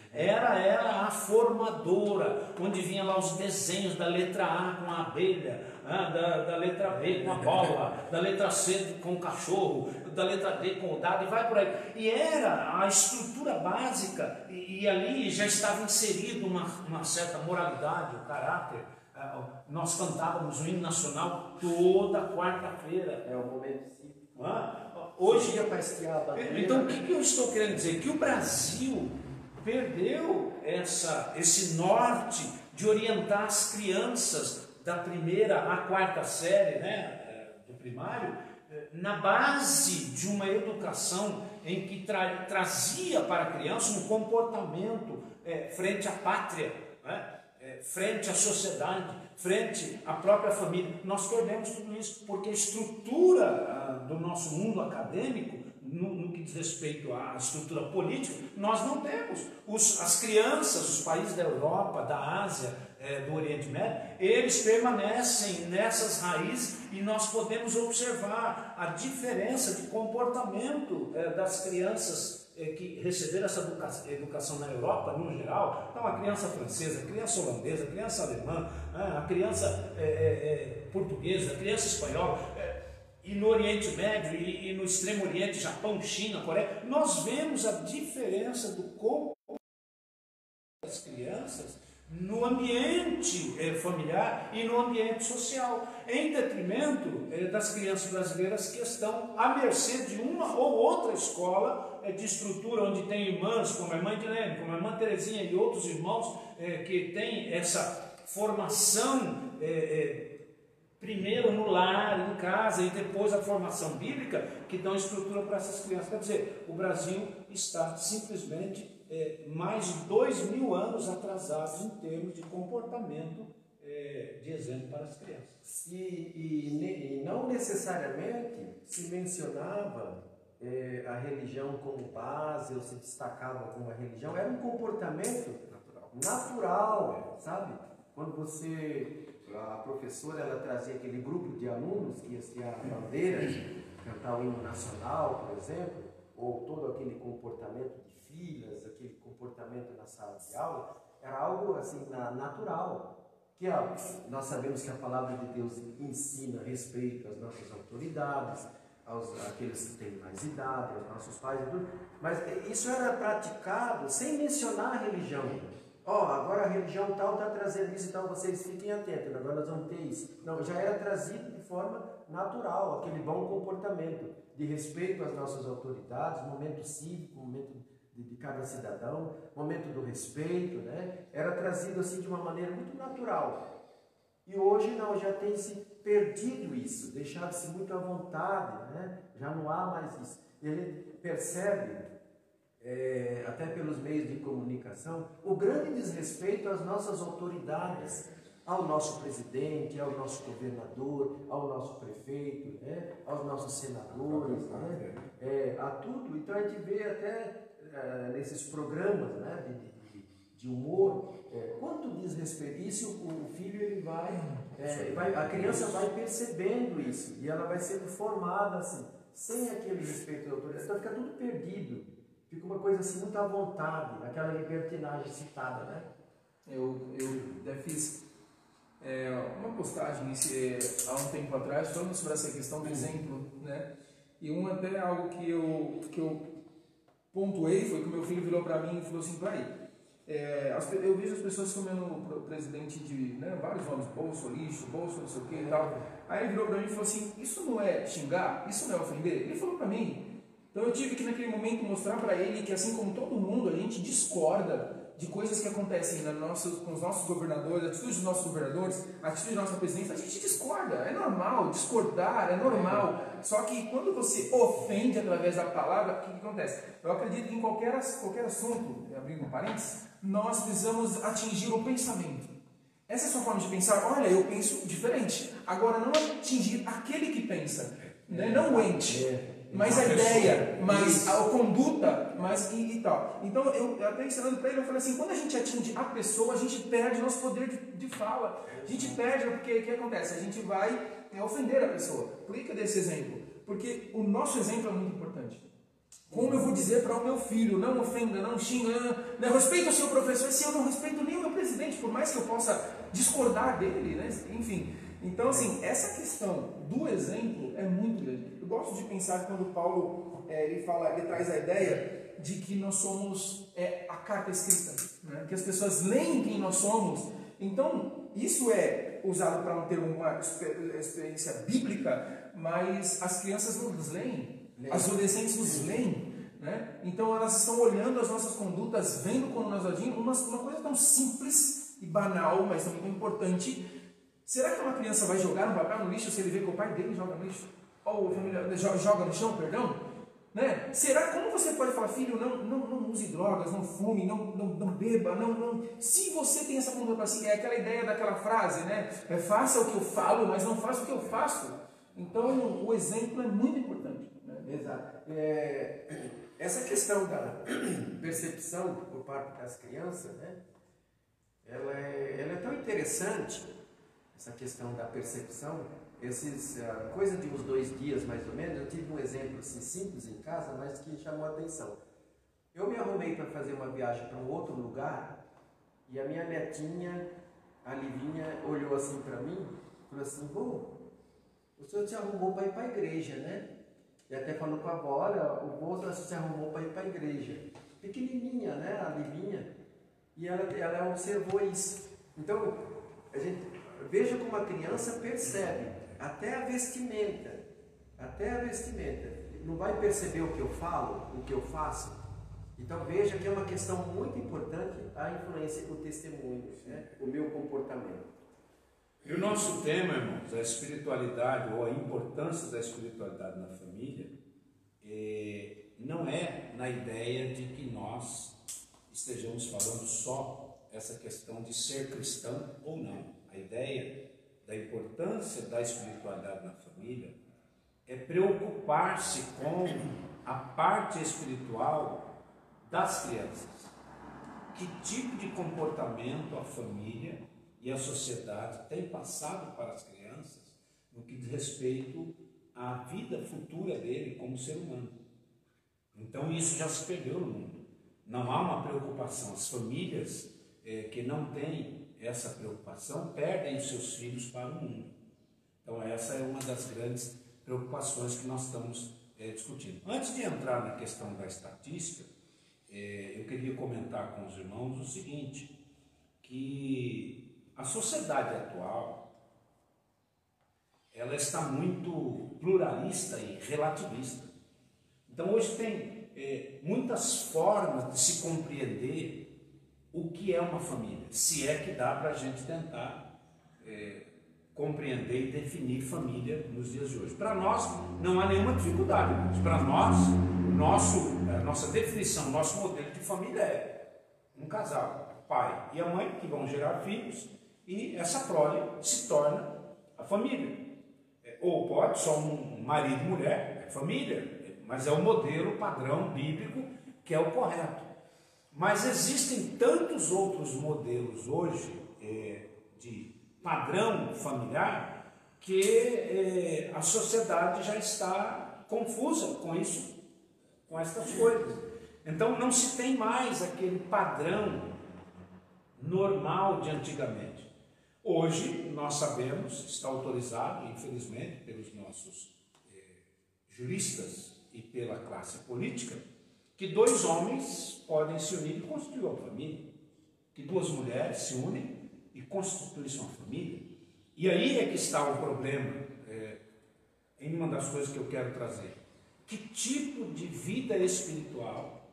Era a formadora, onde vinha lá os desenhos da letra A com a abelha, da letra B com a bola, da letra C com o cachorro, da letra D com o dado, e vai por aí. E era a estrutura básica, e ali já estava inserido uma certa moralidade, o caráter. Nós cantávamos o hino nacional toda quarta-feira. É o momento cívico. Hoje, então, o que eu estou querendo dizer? Que o Brasil perdeu esse norte de orientar as crianças da primeira à quarta série, né, do primário, na base de uma educação em que trazia para a criança um comportamento frente à pátria, né, frente à sociedade, frente à própria família. Nós perdemos tudo isso porque a estrutura do nosso mundo acadêmico, no que diz respeito à estrutura política, nós não temos. As crianças, os países da Europa, da Ásia, do Oriente Médio, eles permanecem nessas raízes e nós podemos observar a diferença de comportamento das crianças que receberam essa educação na Europa, no geral. Então, a criança francesa, a criança holandesa, a criança alemã, a criança portuguesa, a criança espanhola, e no Oriente Médio, e no Extremo Oriente, Japão, China, Coreia, nós vemos a diferença do comportamento das crianças no ambiente familiar e no ambiente social, em detrimento das crianças brasileiras que estão à mercê de uma ou outra escola de estrutura, onde tem irmãs, como a irmã Edilene, como a irmã Terezinha e outros irmãos que têm essa formação primeiro no lar, em casa, e depois a formação bíblica, que dão estrutura para essas crianças. Quer dizer, o Brasil está simplesmente mais de 2000 anos atrasados em termos de comportamento de exemplo para as crianças. E não necessariamente se mencionava a religião como base, ou se destacava alguma religião, era um comportamento natural, sabe? Quando a professora, ela trazia aquele grupo de alunos que ia ser a bandeira, cantar o hino nacional, por exemplo, ou todo aquele comportamento de filas, aquele comportamento na sala de aula, era algo assim natural. Nós sabemos que a palavra de Deus ensina respeito às nossas autoridades, àqueles que têm mais idade, aos nossos pais e tudo, mas isso era praticado sem mencionar a religião. Agora a religião tal está trazendo isso, então vocês fiquem atentos, agora nós vamos ter isso. Não, já era trazido de forma natural, aquele bom comportamento de respeito às nossas autoridades, momento cívico, momento de cada cidadão, momento do respeito, né? Era trazido assim de uma maneira muito natural. E hoje não, já tem se perdido isso, deixado-se muito à vontade, né? Já não há mais isso. E a gente percebe, até pelos meios de comunicação, o grande desrespeito às nossas autoridades, ao nosso presidente, ao nosso governador, ao nosso prefeito, né? Aos nossos senadores, né? A tudo. Então a gente vê até nesses programas, né, de humor, quanto diz respeito isso, o filho ele a criança vai percebendo isso e ela vai sendo formada assim, sem aquele respeito da autoridade, então fica tudo perdido, fica uma coisa assim muito à vontade, aquela libertinagem citada, né? Eu até fiz uma postagem há um tempo atrás falando sobre essa questão do exemplo, né? E até algo que eu pontuei foi que o meu filho virou para mim e falou assim: pai, eu vejo as pessoas comendo o presidente de, né, vários nomes, bolso, lixo, bolso, não sei o que e tal. Aí ele virou para mim e falou assim: isso não é xingar? Isso não é ofender? Ele falou para mim. Então eu tive que naquele momento mostrar para ele que, assim como todo mundo, a gente discorda de coisas que acontecem com os nossos governadores, atitudes dos nossos governadores, atitude da nossa presidência, a gente discorda, é normal, discordar é normal. Só que quando você ofende através da palavra, o que acontece? Eu acredito que em qualquer assunto, abrindo um parênteses, nós precisamos atingir o pensamento. Essa é a sua forma de pensar. Olha, eu penso diferente. Agora, não atingir aquele que pensa, né? Não o ente. Mas a ideia, mas a conduta, mas e tal. Então, eu até ensinando para ele, eu falei assim: quando a gente atinge a pessoa, a gente perde o nosso poder de fala. A gente perde, porque o que acontece? A gente vai ofender a pessoa. Por que eu dei esse exemplo? Porque o nosso exemplo é muito importante. Como eu vou dizer para o meu filho: não ofenda, não xinga, não respeita o seu professor, se eu não respeito nem o meu presidente, por mais que eu possa discordar dele, né? Enfim. Então, assim, essa questão do exemplo é muito grande. Eu gosto de pensar quando Paulo ele traz a ideia de que nós somos a carta escrita, né? Que as pessoas leem quem nós somos. Então, isso é usado para não ter uma experiência bíblica, mas as crianças nos leem, as adolescentes nos leem, né? Então, elas estão olhando as nossas condutas, vendo como nós agimos, uma coisa tão simples e banal, mas também tão importante. Será que uma criança vai jogar um papel no lixo se ele vê que o pai dele joga no lixo? Ou a família joga no chão, perdão? Né? Será, como você pode falar: filho, não use drogas, não fume, não beba, não. Se você tem essa conduta assim, é aquela ideia daquela frase, né? Faça o que eu falo, mas não faça o que eu faço. Então, o exemplo é muito importante. Né? Exato. Essa questão da percepção por parte das crianças, né? Ela é tão interessante. Essa questão da percepção, coisa de uns 2 dias mais ou menos, eu tive um exemplo assim, simples em casa, mas que chamou a atenção. Eu me arrumei para fazer uma viagem para um outro lugar e a minha netinha, a Livinha, olhou assim para mim e falou assim: o senhor se arrumou para ir para a igreja, né? E até falou com a avó: olha, o vô se arrumou para ir para a igreja. Pequenininha, né, a Livinha, e ela observou isso. Então, veja como a criança percebe, até a vestimenta. Não vai perceber o que eu falo, o que eu faço? Então veja que é uma questão muito importante a influência do testemunho, né? O meu comportamento. E o nosso tema, irmãos, a espiritualidade ou a importância da espiritualidade na família, não é na ideia de que nós estejamos falando só essa questão de ser cristão ou não. A ideia da importância da espiritualidade na família é preocupar-se com a parte espiritual das crianças. Que tipo de comportamento a família e a sociedade tem passado para as crianças no que diz respeito à vida futura dele como ser humano. Então isso já se perdeu no mundo. Não há uma preocupação. As famílias que não têm essa preocupação, perdem os seus filhos para o mundo. Então essa é uma das grandes preocupações que nós estamos discutindo. Antes de entrar na questão da estatística, eu queria comentar com os irmãos o seguinte, que a sociedade atual, ela está muito pluralista e relativista. Então hoje tem muitas formas de se compreender o que é uma família, se é que dá para a gente tentar compreender e definir família nos dias de hoje. Para nós não há nenhuma dificuldade, mas para nós, nossa definição, nosso modelo de família é um casal, pai e a mãe, que vão gerar filhos, e essa prole se torna a família. Ou pode só um marido e mulher, é família, mas é o modelo padrão bíblico que é o correto. Mas existem tantos outros modelos hoje de padrão familiar que a sociedade já está confusa com isso, com essas coisas. Então não se tem mais aquele padrão normal de antigamente. Hoje nós sabemos, está autorizado, infelizmente, pelos nossos juristas e pela classe política, que 2 homens podem se unir e constituir uma família, que 2 mulheres se unem e constituem uma família. E aí é que está o problema, em uma das coisas que eu quero trazer. Que tipo de vida espiritual,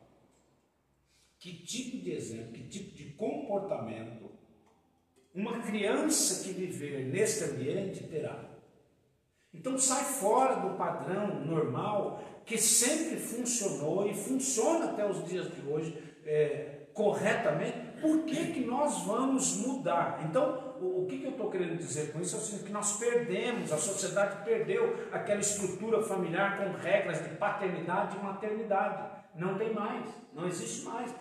que tipo de exemplo, que tipo de comportamento uma criança que viver neste ambiente terá? Então sai fora do padrão normal que sempre funcionou e funciona até os dias de hoje corretamente. Por que nós vamos mudar? Então, o que eu estou querendo dizer com isso é o seguinte, que nós perdemos, a sociedade perdeu aquela estrutura familiar com regras de paternidade e maternidade. Não tem mais, não existe mais.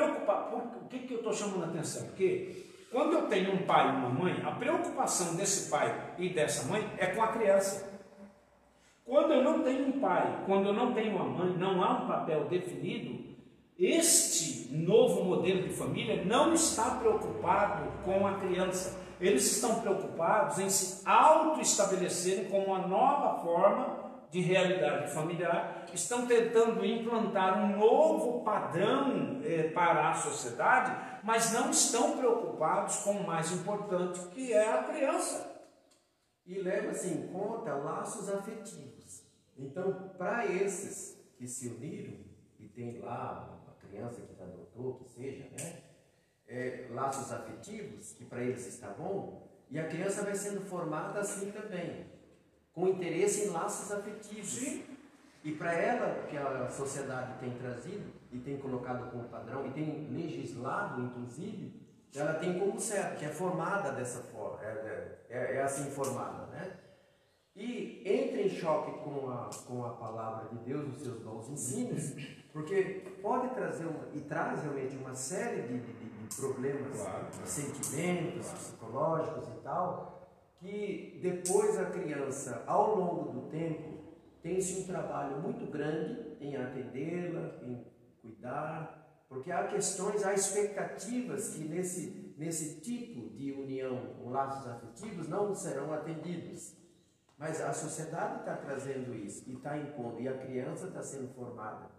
O que eu estou chamando a atenção? Porque quando eu tenho um pai e uma mãe, a preocupação desse pai e dessa mãe é com a criança. Quando eu não tenho um pai, quando eu não tenho uma mãe, não há um papel definido, este novo modelo de família não está preocupado com a criança. Eles estão preocupados em se auto-estabelecerem como uma nova forma de realidade familiar, estão tentando implantar um novo padrão para a sociedade, mas não estão preocupados com o mais importante, que é a criança. E leva-se em conta laços afetivos. Então, para esses que se uniram, e tem lá uma criança que adotou, que seja, né? Laços afetivos, que para eles está bom, e a criança vai sendo formada assim também, com interesse em laços afetivos. Sim. E para ela, que a sociedade tem trazido, e tem colocado como padrão, e tem legislado, inclusive, ela tem como certo, que é formada dessa forma, é assim formada, né? E entra em choque com a palavra de Deus, os seus bons ensinos, porque pode trazer e traz realmente uma série de problemas, claro, de sentimentos, psicológicos e tal, que depois a criança, ao longo do tempo, tem-se um trabalho muito grande em atendê-la, em cuidar, porque há questões, há expectativas que nesse tipo de união com laços afetivos não serão atendidos. Mas a sociedade está trazendo isso e está impondo, e a criança está sendo formada.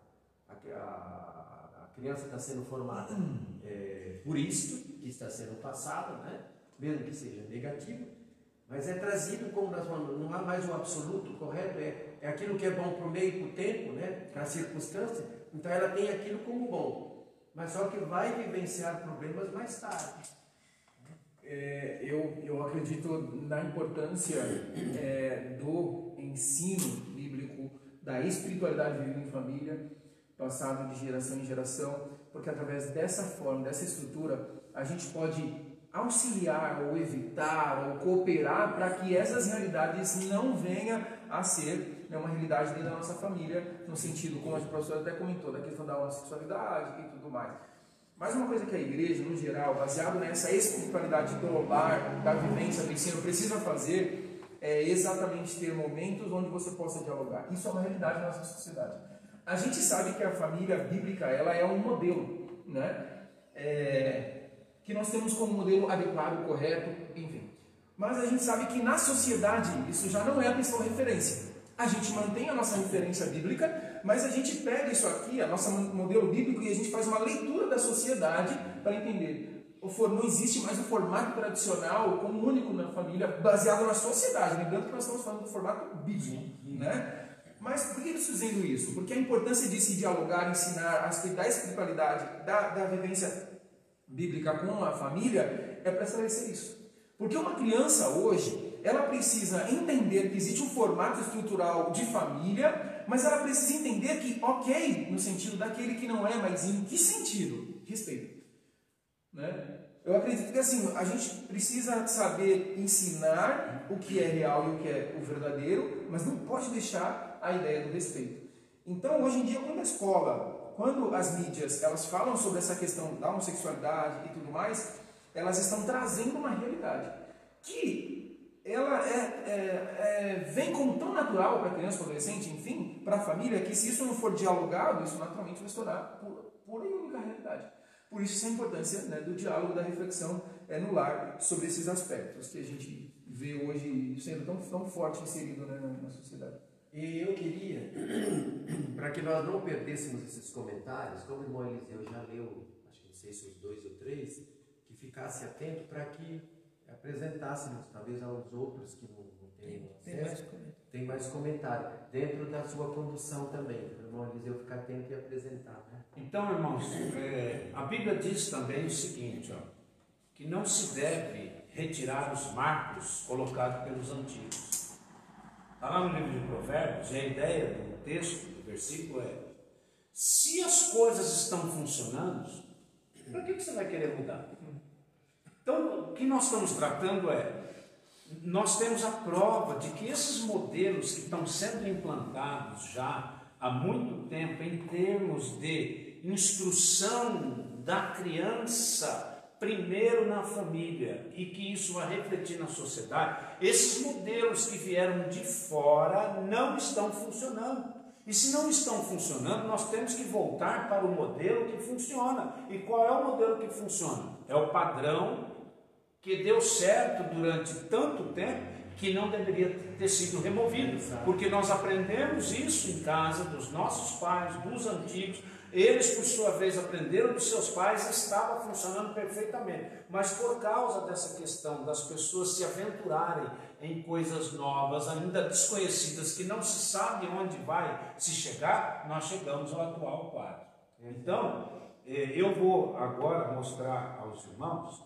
A criança está sendo formada por isto que está sendo passado, né? Mesmo que seja negativo, mas é trazido como nós falamos, não há mais o absoluto, correto? É aquilo que é bom para o meio e para o tempo, né? Para a circunstância. Então ela tem aquilo como bom, mas só que vai vivenciar problemas mais tarde. Eu acredito na importância do ensino bíblico, da espiritualidade vivida em família, passado de geração em geração, porque através dessa forma, dessa estrutura, a gente pode auxiliar ou evitar ou cooperar para que essas realidades não venham a ser uma realidade dentro da nossa família, no sentido, como a professora até comentou, da questão da homossexualidade e tudo mais. Mas uma coisa que a igreja, no geral, baseado nessa espiritualidade do lar, da vivência, do ensino, precisa fazer é exatamente ter momentos onde você possa dialogar. Isso é uma realidade na nossa sociedade. A gente sabe que a família bíblica, ela é um modelo, né? que nós temos como modelo adequado, correto, enfim. Mas a gente sabe que na sociedade isso já não é a principal referência. A gente mantém a nossa referência bíblica, mas a gente pega isso aqui, a nosso modelo bíblico, e a gente faz uma leitura da sociedade para entender. Não existe mais o formato tradicional como único na família, baseado na sociedade. Lembrando que nós estamos falando do formato bíblico, né? Mas por que eu estou dizendo isso? Porque a importância de se dialogar, ensinar, a respeito da espiritualidade, da vivência bíblica com a família, é para esclarecer isso. Porque uma criança hoje, ela precisa entender que existe um formato estrutural de família, mas ela precisa entender que, ok, no sentido daquele que não é, mas em que sentido? Respeito. Né? Eu acredito que assim, a gente precisa saber ensinar o que é real e o que é o verdadeiro, mas não pode deixar a ideia do respeito. Então, hoje em dia, quando a escola, quando as mídias, elas falam sobre essa questão da homossexualidade e tudo mais, elas estão trazendo uma realidade que ela vem como tão natural para a criança, para o adolescente, enfim, para a família, que se isso não for dialogado, isso naturalmente vai se tornar pura e única realidade. Por isso a importância, né, do diálogo, da reflexão no lar sobre esses aspectos que a gente vê hoje sendo tão forte inserido, né, na sociedade. E eu queria, para que nós não perdêssemos esses comentários, como o irmão Eliseu já leu, acho que não sei se os 2 ou 3, que ficasse atento para que apresentássemos, talvez aos outros que não têm acesso, tem mais comentário, dentro da sua condução também, para o irmão Eliseu ficar atento e apresentar. Né? Então, irmãos, a Bíblia diz também o seguinte, que não se deve retirar os marcos colocados pelos antigos. Está lá no livro de Provérbios, e a ideia do texto, do versículo é: se as coisas estão funcionando, para que você vai querer mudar? Então, o que nós estamos tratando nós temos a prova de que esses modelos que estão sendo implantados já há muito tempo, em termos de instrução da criança, primeiro na família, e que isso vai refletir na sociedade, esses modelos que vieram de fora não estão funcionando. E se não estão funcionando, nós temos que voltar para o modelo que funciona. E qual é o modelo que funciona? É o padrão que deu certo durante tanto tempo que não deveria ter sido removido. Porque nós aprendemos isso em casa, dos nossos pais, dos antigos. Eles, por sua vez, aprenderam dos seus pais e estava funcionando perfeitamente. Mas por causa dessa questão das pessoas se aventurarem em coisas novas, ainda desconhecidas, que não se sabe onde vai se chegar, nós chegamos ao atual quadro. Então, eu vou agora mostrar aos irmãos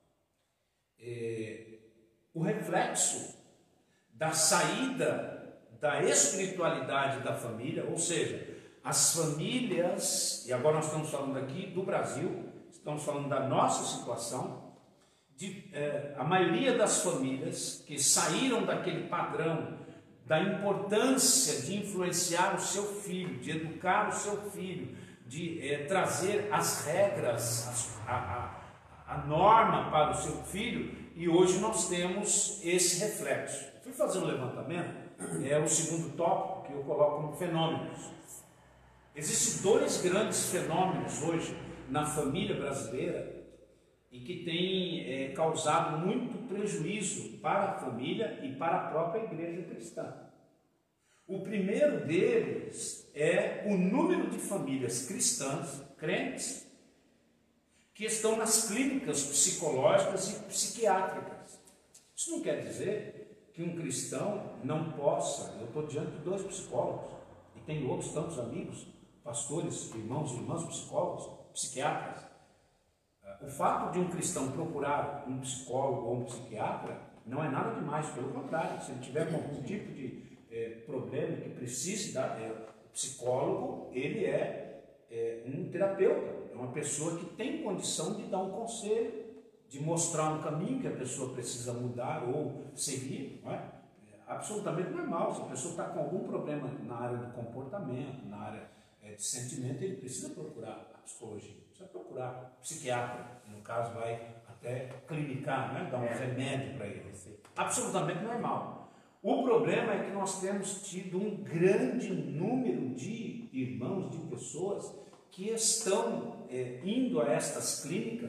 o reflexo da saída da espiritualidade da família, ou seja, as famílias, e agora nós estamos falando aqui do Brasil, estamos falando da nossa situação, a maioria das famílias que saíram daquele padrão da importância de influenciar o seu filho, de educar o seu filho, de trazer as regras, a norma para o seu filho, e hoje nós temos esse reflexo. Fui fazer um levantamento, é o segundo tópico que eu coloco como fenômenos. Existem 2 grandes fenômenos hoje na família brasileira e que têm causado muito prejuízo para a família e para a própria igreja cristã. O primeiro deles é o número de famílias cristãs, crentes, que estão nas clínicas psicológicas e psiquiátricas. Isso não quer dizer que um cristão não possa. Eu estou diante de 2 psicólogos e tenho outros tantos amigos, pastores, irmãos e irmãs psicólogos, psiquiatras. O fato de um cristão procurar um psicólogo ou um psiquiatra não é nada demais, pelo contrário. Se ele tiver algum tipo de problema que precise o psicólogo, ele é um terapeuta, é uma pessoa que tem condição de dar um conselho, de mostrar um caminho que a pessoa precisa mudar ou seguir. Não é? Absolutamente normal. Se a pessoa está com algum problema na área do comportamento, na área de sentimento, ele precisa procurar a psicologia, precisa procurar psiquiatra, no caso vai até clinicar, né? Dar um remédio para ele. Absolutamente normal. O problema é que nós temos tido um grande número de irmãos, de pessoas que estão indo a estas clínicas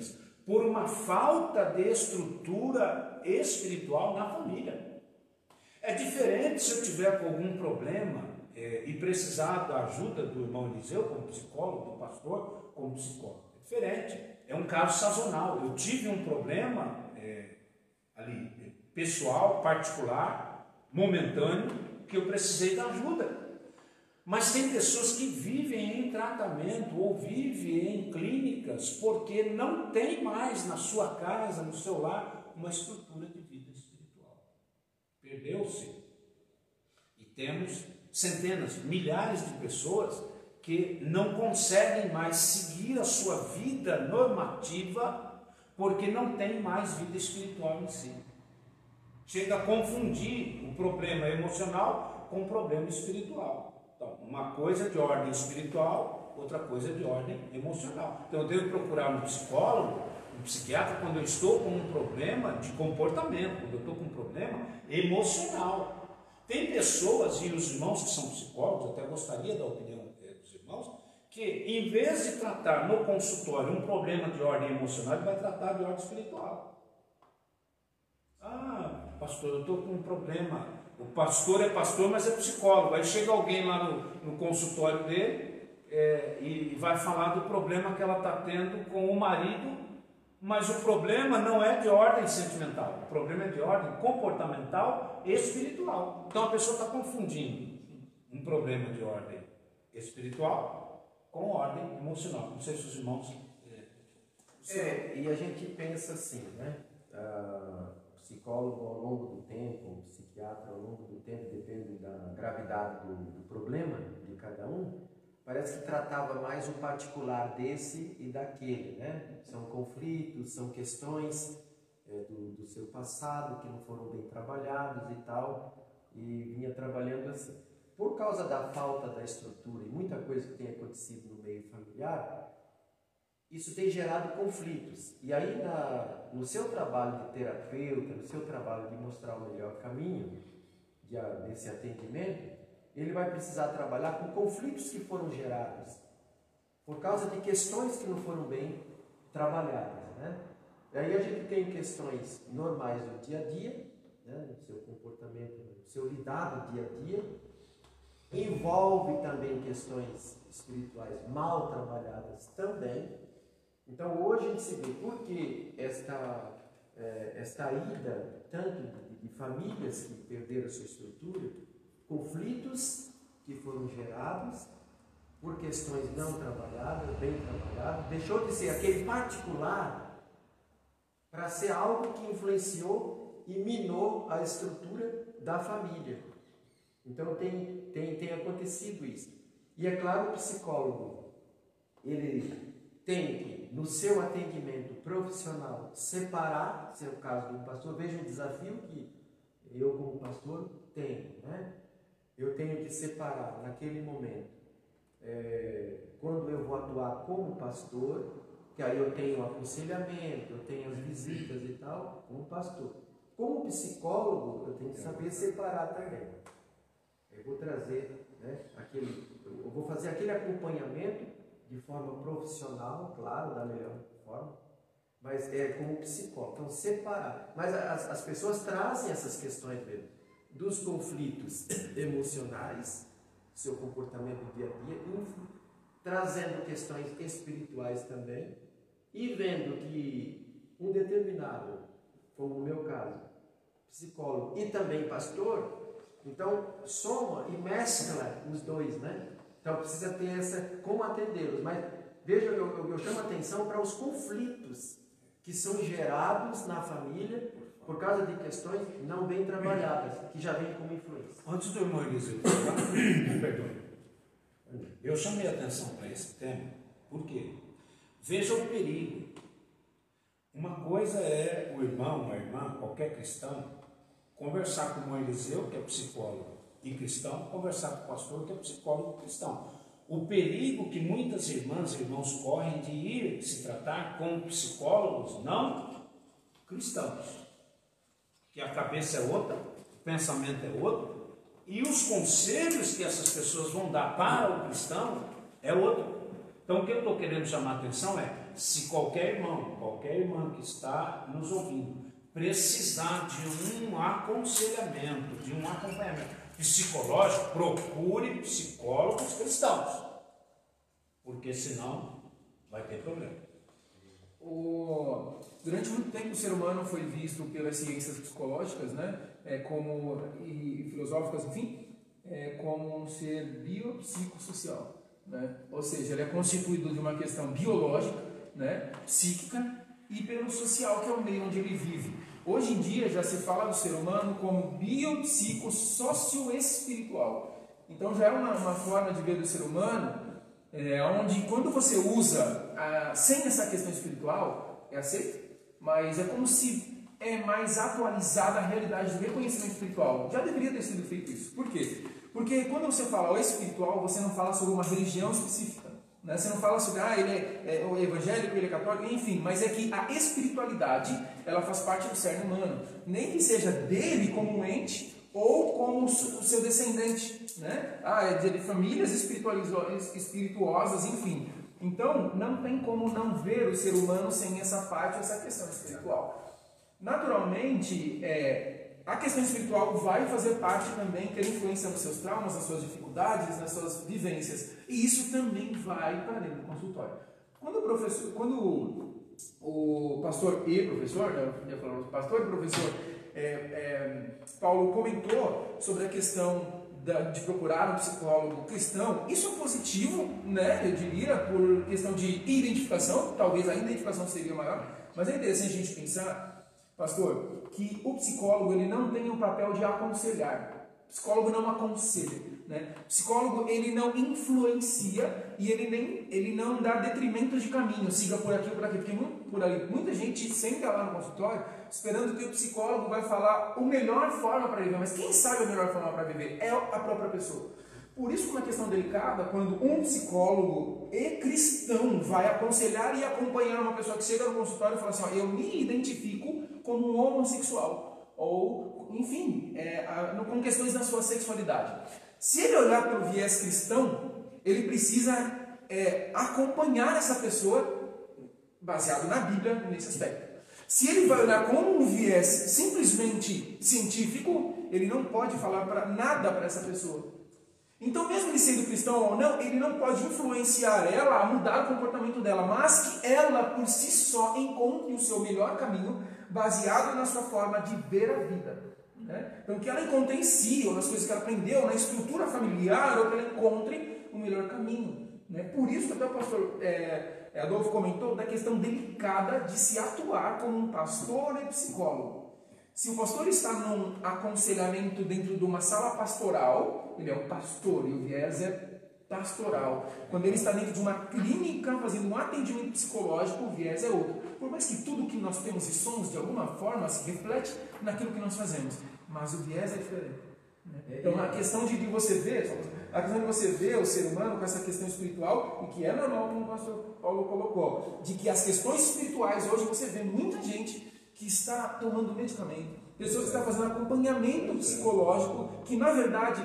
por uma falta de estrutura espiritual na família. É diferente se eu tiver com algum problema e precisar da ajuda do irmão Eliseu como psicólogo, do pastor como psicólogo. É diferente, é um caso sazonal. Eu tive um problema ali pessoal, particular, momentâneo, que eu precisei da ajuda. Mas tem pessoas que vivem em tratamento ou vivem em clínicas porque não tem mais na sua casa, no seu lar, uma estrutura de vida espiritual. Perdeu-se. E temos centenas, milhares de pessoas que não conseguem mais seguir a sua vida normativa porque não tem mais vida espiritual em si. Chega a confundir o problema emocional com o problema espiritual. Então, uma coisa de ordem espiritual, outra coisa de ordem emocional. Então, eu devo procurar um psicólogo, um psiquiatra, quando eu estou com um problema de comportamento, quando eu estou com um problema emocional. Tem pessoas, e os irmãos que são psicólogos, até gostaria da opinião dos irmãos, que em vez de tratar no consultório um problema de ordem emocional, ele vai tratar de ordem espiritual. Ah, pastor, eu estou com um problema. O pastor é pastor, mas é psicólogo. Aí chega alguém lá no consultório dele e vai falar do problema que ela está tendo com o marido, mas o problema não é de ordem sentimental, o problema é de ordem comportamental e espiritual. Então a pessoa está confundindo um problema de ordem espiritual com ordem emocional. Não sei se os irmãos... E a gente pensa assim, né? Psicólogo ao longo do tempo, psiquiatra ao longo do tempo, depende da gravidade do problema de cada um, parece que tratava mais o particular desse e daquele, né? São conflitos, são questões do seu passado que não foram bem trabalhados e tal, e vinha trabalhando assim. Por causa da falta da estrutura e muita coisa que tem acontecido no meio familiar, isso tem gerado conflitos. E aí, no seu trabalho de terapeuta, no seu trabalho de mostrar o melhor caminho desse atendimento, ele vai precisar trabalhar com conflitos que foram gerados por causa de questões que não foram bem trabalhadas, né? E aí a gente tem questões normais do dia a dia, né? No seu comportamento, no seu lidar do dia a dia. Envolve também questões espirituais mal trabalhadas também. Então hoje a gente se vê porque esta ida tanto de famílias que perderam a sua estrutura, conflitos que foram gerados por questões não trabalhadas, bem trabalhadas, deixou de ser aquele particular para ser algo que influenciou e minou a estrutura da família. Então tem acontecido isso. E é claro, o psicólogo, ele tem que, no seu atendimento profissional, separar, se é o caso do pastor, veja um desafio que eu como pastor tenho, né? Eu tenho que separar naquele momento, quando eu vou atuar como pastor, que aí eu tenho o aconselhamento, eu tenho as visitas e tal, como pastor. Como psicólogo, eu tenho que saber separar também. Eu vou trazer, né, eu vou fazer aquele acompanhamento de forma profissional, claro, da melhor forma, mas como psicólogo. Então, separar. Mas as pessoas trazem essas questões mesmo, dos conflitos emocionais, seu comportamento do dia a dia, trazendo questões espirituais também, e vendo que um determinado, como no meu caso, psicólogo e também pastor, então soma e mescla os dois, né? Então precisa ter como atendê-los. Mas veja, eu chamo a atenção para os conflitos que são gerados na família por causa de questões não bem trabalhadas, que já vêm como influência. Antes do irmão Eliseu perdão, eu chamei a atenção para esse tema, por quê? Veja o perigo. Uma coisa é o irmão, a irmã, qualquer cristão, conversar com o irmão Eliseu, que é psicólogo e cristão, conversar com o pastor, que é psicólogo e cristão. O perigo que muitas irmãs e irmãos correm de ir se tratar com psicólogos não cristãos, que a cabeça é outra, o pensamento é outro, e os conselhos que essas pessoas vão dar para o cristão é outro. Então o que eu estou querendo chamar a atenção é Se qualquer irmão, qualquer irmã que está nos ouvindo precisar de um aconselhamento, de um acompanhamento psicológico, procure psicólogos cristãos, porque senão vai ter problema. Durante muito tempo o ser humano foi visto pelas ciências psicológicas, né, e filosóficas, enfim, como um ser biopsicossocial, né? Ou seja, ele é constituído de uma questão biológica, né, psíquica, e pelo social, que é o meio onde ele vive. Hoje em dia já se fala do ser humano como biopsicossocioespiritual. Então já é uma forma de ver do ser humano, onde quando você usa sem essa questão espiritual, é aceito, mas é como se é mais atualizada a realidade do reconhecimento espiritual. Já deveria ter sido feito isso. Por quê? Porque quando você fala o espiritual, você não fala sobre uma religião específica, né? Você não fala sobre, ele é evangélico, ele é católico, enfim, mas é que a espiritualidade, ela faz parte do cerne humano, nem que seja dele como um ente ou como o seu descendente, né? É de famílias espirituosas, enfim. Então, não tem como não ver o ser humano sem essa parte, essa questão espiritual. Naturalmente, a questão espiritual vai fazer parte também, ter influência nos seus traumas, nas suas dificuldades, nas suas vivências. E isso também vai para dentro do consultório. Quando o pastor e professor, né, eu ia falar, o pastor e professor Paulo comentou sobre a questão de procurar um psicólogo cristão, isso é positivo, né, eu diria, por questão de identificação, talvez a identificação seria maior, mas é interessante a gente pensar, pastor, que o psicólogo ele não tem o papel de aconselhar. O psicólogo não aconselha, né? O psicólogo ele não influencia e ele não dá detrimento de caminho, siga por aqui ou por aqui, porque muita gente senta lá no consultório esperando que o psicólogo vai falar a melhor forma para viver, mas quem sabe a melhor forma para viver é a própria pessoa. Por isso que é uma questão delicada quando um psicólogo e cristão vai aconselhar e acompanhar uma pessoa que chega no consultório e fala assim, eu me identifico como um homossexual, ou, enfim, com questões da sua sexualidade. Se ele olhar pelo viés cristão, ele precisa acompanhar essa pessoa baseado na Bíblia nesse aspecto. Se ele vai olhar com um viés simplesmente científico, ele não pode falar nada para essa pessoa. Então, mesmo ele sendo cristão ou não, ele não pode influenciar ela a mudar o comportamento dela, mas que ela, por si só, encontre o seu melhor caminho baseado na sua forma de ver a vida. Né? Então, que ela encontre em si, ou nas coisas que ela aprendeu, na estrutura familiar, ou que ela encontre o melhor caminho. Né? Por isso, até o pastor Adolfo comentou da questão delicada de se atuar como um pastor e psicólogo. Se o pastor está num aconselhamento dentro de uma sala pastoral, ele é um pastor e o viés é pastoral. Quando ele está dentro de uma clínica fazendo um atendimento psicológico, o viés é outro. Por mais que tudo que nós temos e somos de alguma forma se reflete naquilo que nós fazemos, mas o viés é diferente. Então a questão de você ver, o ser humano com essa questão espiritual, e que é normal, como o pastor Paulo colocou, de que as questões espirituais, hoje você vê muita gente que está tomando medicamento, pessoas que estão fazendo acompanhamento psicológico, que na verdade,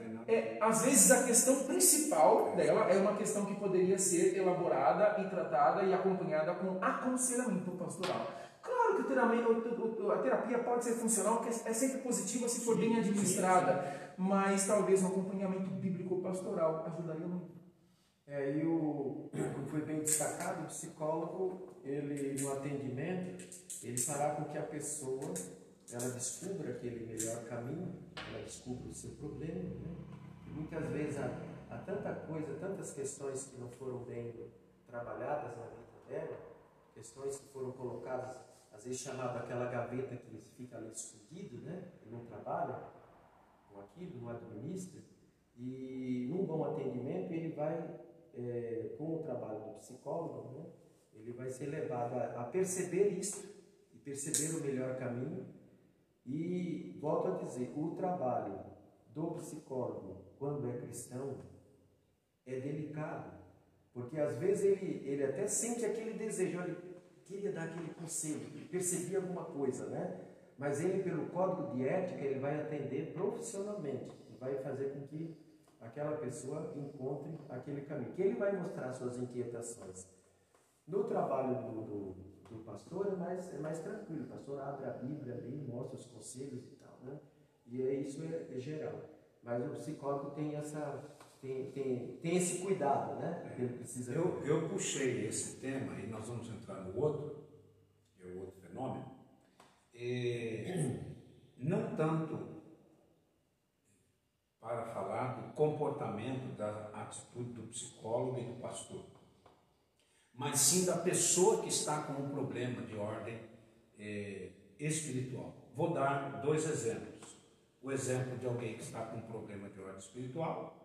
às vezes a questão principal dela é uma questão que poderia ser elaborada e tratada e acompanhada com aconselhamento pastoral. Claro que a terapia pode ser funcional, porque é sempre positiva se for bem administrada, mas talvez um acompanhamento bíblico-pastoral ajudaria muito. Como foi bem destacado, o psicólogo, ele no atendimento, ele fará com que a pessoa ela descubra aquele melhor caminho, ela descubra o seu problema, né? E muitas vezes há tanta coisa, tantas questões que não foram bem trabalhadas na vida dela, questões que foram colocadas, às vezes chamada aquela gaveta que fica ali escondido, né? E não trabalha com aquilo, não administra, e num bom atendimento ele vai, com o trabalho do psicólogo, né? Ele vai ser levado a perceber isso e perceber o melhor caminho. E volto a dizer, o trabalho do psicólogo, quando é cristão, é delicado, porque às vezes ele até sente aquele desejo, ele queria dar aquele conselho, ele percebia alguma coisa, né? Mas ele, pelo código de ética, ele vai atender profissionalmente, vai fazer com que aquela pessoa encontre aquele caminho, que ele vai mostrar suas inquietações. No trabalho do pastor é mais tranquilo. O pastor abre a Bíblia ali, mostra os conselhos e tal, né? E isso é geral. Mas o psicólogo tem esse cuidado, né? Que ele precisa ter. Eu puxei esse tema e nós vamos entrar no outro, que é o outro fenômeno, não tanto para falar do comportamento, da atitude do psicólogo e do pastor, mas sim da pessoa que está com um problema de ordem espiritual. Vou dar 2 exemplos. O exemplo de alguém que está com um problema de ordem espiritual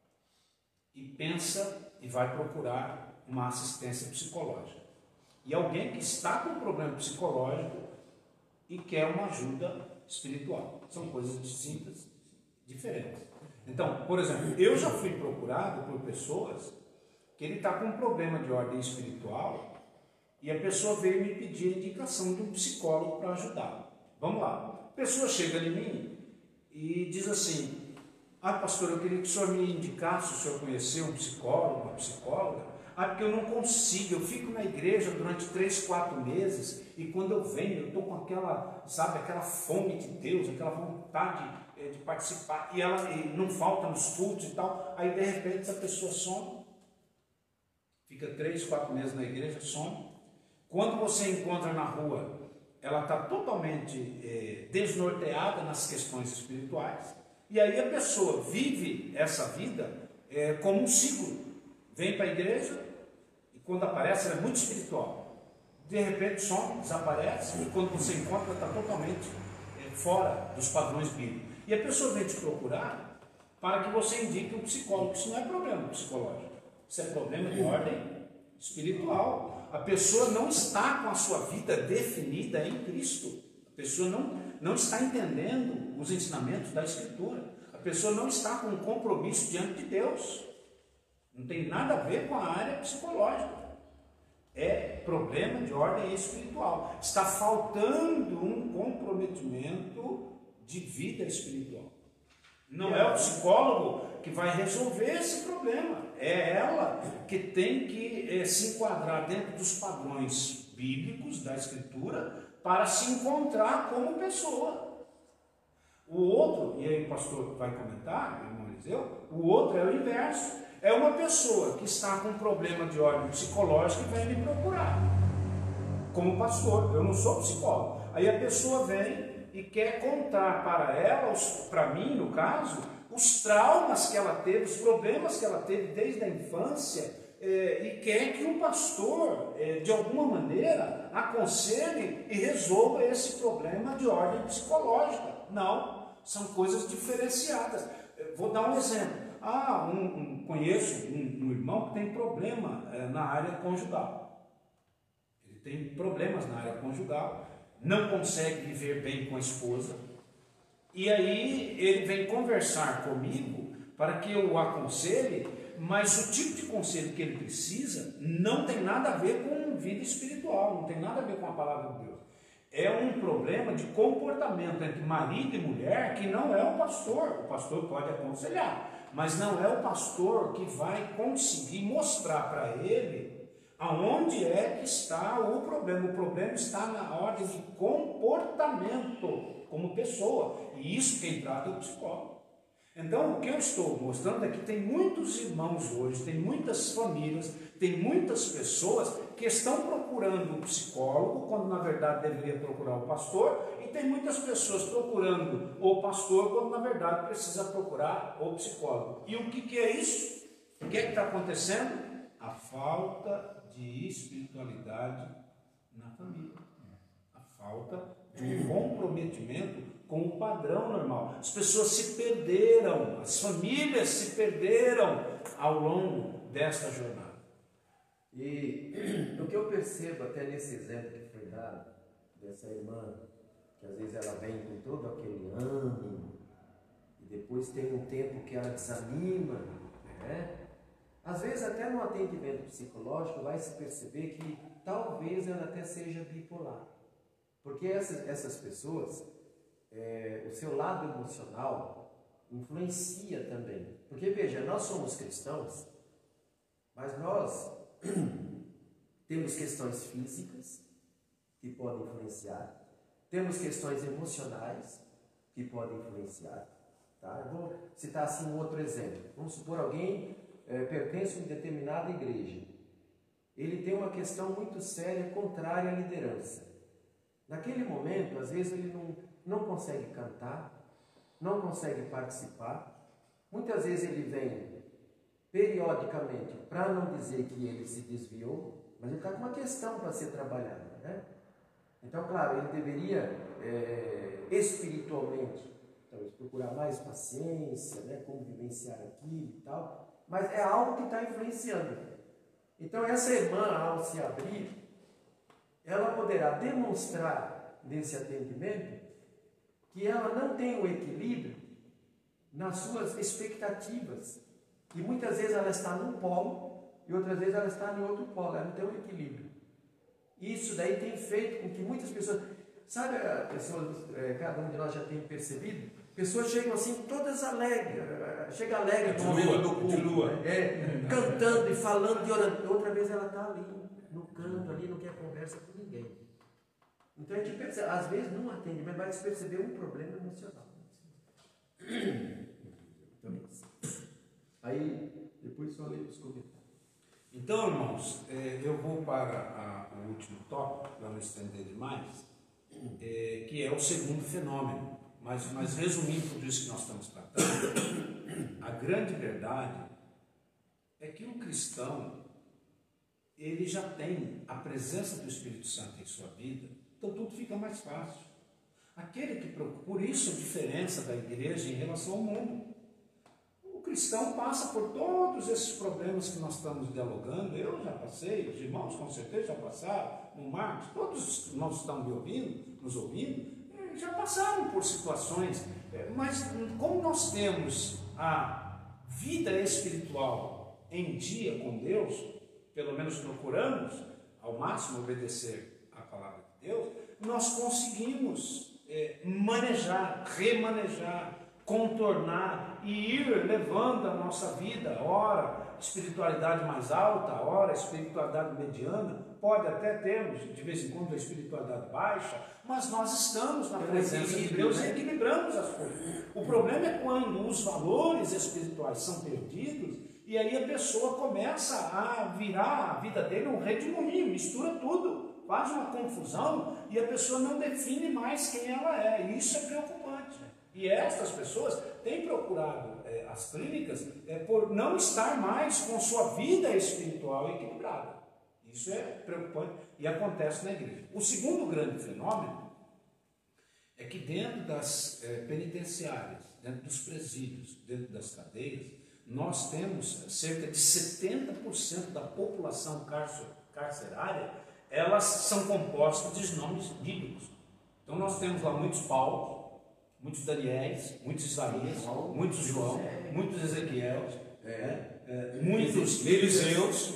e pensa e vai procurar uma assistência psicológica. E alguém que está com um problema psicológico e quer uma ajuda espiritual. São coisas distintas, diferentes. Então, por exemplo, eu já fui procurado por pessoas que ele está com um problema de ordem espiritual e a pessoa veio me pedir a indicação de um psicólogo para ajudá-lo. Vamos lá. A pessoa chega em mim e diz assim: pastor, eu queria que o senhor me indicasse, se o senhor conheceu um psicólogo, uma psicóloga. Porque eu não consigo, eu fico na igreja durante 3, 4 meses e quando eu venho, eu estou com aquela, aquela fome de Deus, aquela vontade de participar e não falta nos cultos e tal. Aí de repente essa pessoa some, fica 3, 4 meses na igreja, some. Quando você encontra na rua, ela está totalmente desnorteada nas questões espirituais. E aí a pessoa vive essa vida como um ciclo. Vem para a igreja e quando aparece ela é muito espiritual. De repente some, desaparece e quando você encontra está totalmente fora dos padrões bíblicos. E a pessoa vem te procurar para que você indique um psicólogo. Isso não é problema psicológico, isso é problema de ordem espiritual. A pessoa não está com a sua vida definida em Cristo. A pessoa não está entendendo os ensinamentos da Escritura. A pessoa não está com um compromisso diante de Deus. Não tem nada a ver com a área psicológica. É problema de ordem espiritual. Está faltando um comprometimento de vida espiritual. Não é o psicólogo que vai resolver esse problema. É ela que tem que se enquadrar dentro dos padrões bíblicos da Escritura para se encontrar como pessoa. O outro, e aí o pastor vai comentar, o irmão Eliseu, o outro é o inverso. É uma pessoa que está com um problema de ordem psicológica e vem me procurar. Como pastor, eu não sou psicólogo. Aí a pessoa vem e quer contar para ela, para mim no caso, os traumas que ela teve, os problemas que ela teve desde a infância, e quer que um pastor, de alguma maneira, aconselhe e resolva esse problema de ordem psicológica. Não, são coisas diferenciadas. Vou dar um exemplo. Conheço um irmão que tem problema na área conjugal. Ele tem problemas na área conjugal, não consegue viver bem com a esposa, e aí ele vem conversar comigo para que eu o aconselhe, mas o tipo de conselho que ele precisa não tem nada a ver com vida espiritual, não tem nada a ver com a palavra de Deus. É um problema de comportamento entre marido e mulher que não é o pastor pode aconselhar, mas não é o pastor que vai conseguir mostrar para ele aonde é que está o problema. O problema está na ordem de comportamento como pessoa, e isso quem trata é o psicólogo. Então, o que eu estou mostrando é que tem muitos irmãos hoje, tem muitas famílias, tem muitas pessoas que estão procurando o psicólogo, quando na verdade deveria procurar o pastor, e tem muitas pessoas procurando o pastor, quando na verdade precisa procurar o psicólogo. E o que é isso? O que está acontecendo? A falta de espiritualidade na família. A falta de um comprometimento com o padrão normal. As pessoas se perderam, as famílias se perderam ao longo desta jornada. E o que eu percebo até nesse exemplo que foi dado, dessa irmã, que às vezes ela vem com todo aquele ânimo, e depois tem um tempo que ela desanima, né? Às vezes até no atendimento psicológico vai se perceber que talvez ela até seja bipolar. Porque essas pessoas, o seu lado emocional influencia também. Porque veja, nós somos cristãos, mas nós temos questões físicas que podem influenciar, temos questões emocionais que podem influenciar. Tá? Eu vou citar assim um outro exemplo. Vamos supor alguém pertence a uma determinada igreja. Ele tem uma questão muito séria contrária à liderança. Naquele momento, às vezes ele não consegue cantar, não consegue participar. Muitas vezes ele vem periodicamente, para não dizer que ele se desviou, mas ele está com uma questão para ser trabalhada, né? Então, claro, ele deveria espiritualmente talvez procurar mais paciência, né? Como vivenciar aquilo e tal, mas é algo que está influenciando. Então, essa irmã, ao se abrir, ela poderá demonstrar nesse atendimento que ela não tem o equilíbrio nas suas expectativas. E muitas vezes ela está num polo e outras vezes ela está em outro polo, ela não tem um equilíbrio. Isso daí tem feito com que muitas pessoas, sabe, cada um de nós já tem percebido, pessoas chegam assim todas alegres, chega alegre no momento do culto, cantando e falando e orando. Outra vez ela está ali, no canto, ali, não quer conversa com ninguém. Então a gente percebe, às vezes num atendimento vai se perceber um problema emocional. Então, aí, depois só leio os comentários. Então, irmãos, eu vou para o último tópico, para não estender demais, que é o segundo fenômeno. Mas resumindo tudo isso que nós estamos tratando, a grande verdade é que o cristão, ele já tem a presença do Espírito Santo em sua vida, então tudo fica mais fácil. Aquele que procura, por isso a diferença da igreja em relação ao mundo. O cristão passa por todos esses problemas que nós estamos dialogando. Eu já passei, os irmãos com certeza já passaram, o Marcos, todos os irmãos que estão nos ouvindo, já passaram por situações, mas como nós temos a vida espiritual em dia com Deus, pelo menos procuramos ao máximo obedecer à palavra de Deus, nós conseguimos manejar, remanejar, contornar e ir levando a nossa vida, ora espiritualidade mais alta, ora espiritualidade mediana, pode até termos de vez em quando a espiritualidade baixa, mas nós estamos na presença de Deus e equilibramos as coisas. O problema é quando os valores espirituais são perdidos e aí a pessoa começa a virar a vida dele um redemoinho, mistura tudo, faz uma confusão e a pessoa não define mais quem ela é, e isso é preocupante. E estas pessoas têm procurado as clínicas por não estar mais com sua vida espiritual equilibrada. Isso é preocupante e acontece na igreja. O segundo grande fenômeno é que dentro das penitenciárias, dentro dos presídios, dentro das cadeias, nós temos cerca de 70% da população carcerária, elas são compostas de nomes bíblicos. Então nós temos lá muitos Paulos, muitos Daniéis, muitos Isaías, muitos João, muitos Ezequiel, muitos Eliseus,